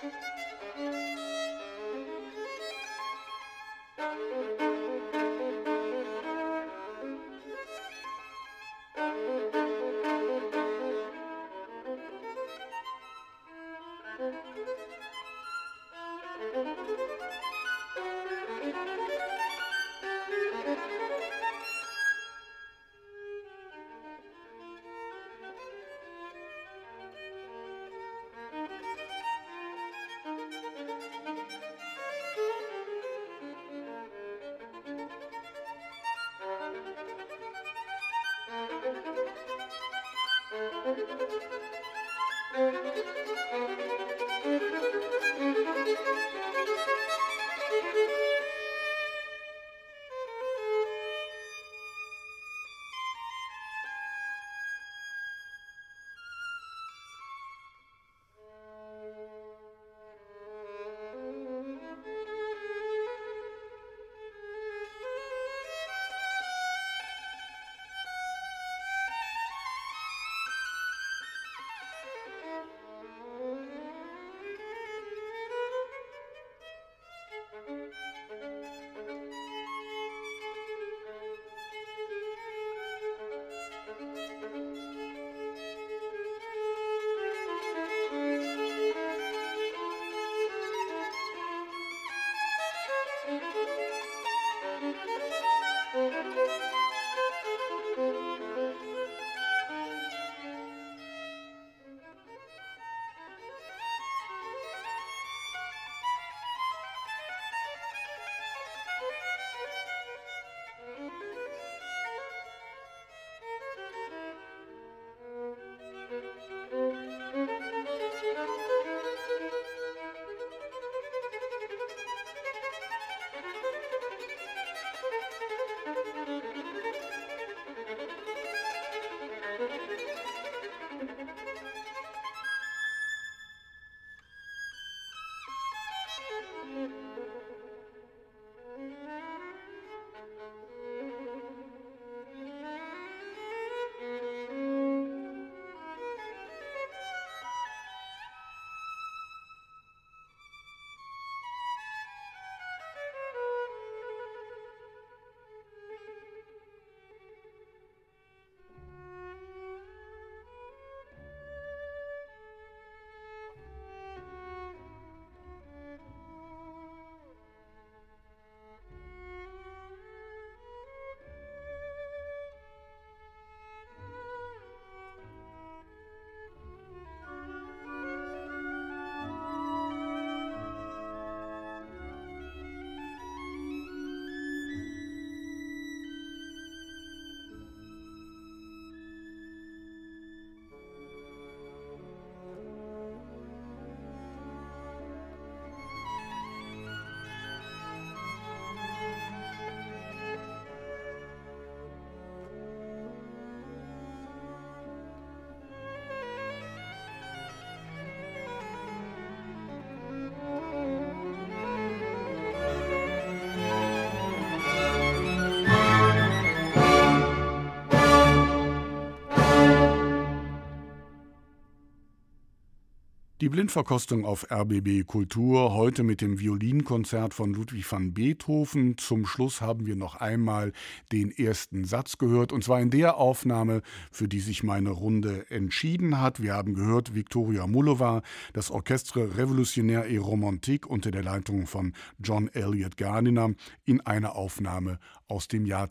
Die Blindverkostung auf RBB Kultur, heute mit dem Violinkonzert von Ludwig van Beethoven. Zum Schluss haben wir noch einmal den ersten Satz gehört, und zwar in der Aufnahme, für die sich meine Runde entschieden hat. Wir haben gehört Viktoria Mullova, das Orchestre Révolutionnaire et Romantique unter der Leitung von John Eliot Gardiner in einer Aufnahme aus dem Jahr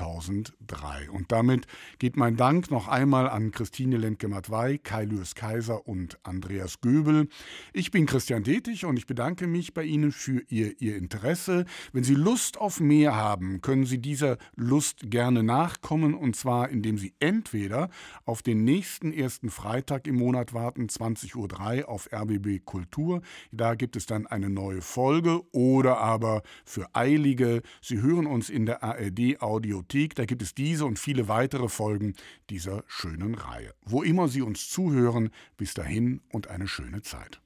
2003. Und damit geht mein Dank noch einmal an Christine Lemke-Matwei, Kai Lüers-Kaiser und Andreas Göbel. Ich bin Christian Detig und ich bedanke mich bei Ihnen für Ihr Interesse. Wenn Sie Lust auf mehr haben, können Sie dieser Lust gerne nachkommen, und zwar indem Sie entweder auf den nächsten ersten Freitag im Monat warten, 20:03 Uhr auf RBB Kultur. Da gibt es dann eine neue Folge, oder aber für Eilige, Sie hören uns in der ARD Audiothek. Da gibt es diese und viele weitere Folgen dieser schönen Reihe. Wo immer Sie uns zuhören, bis dahin und eine schöne Zeit.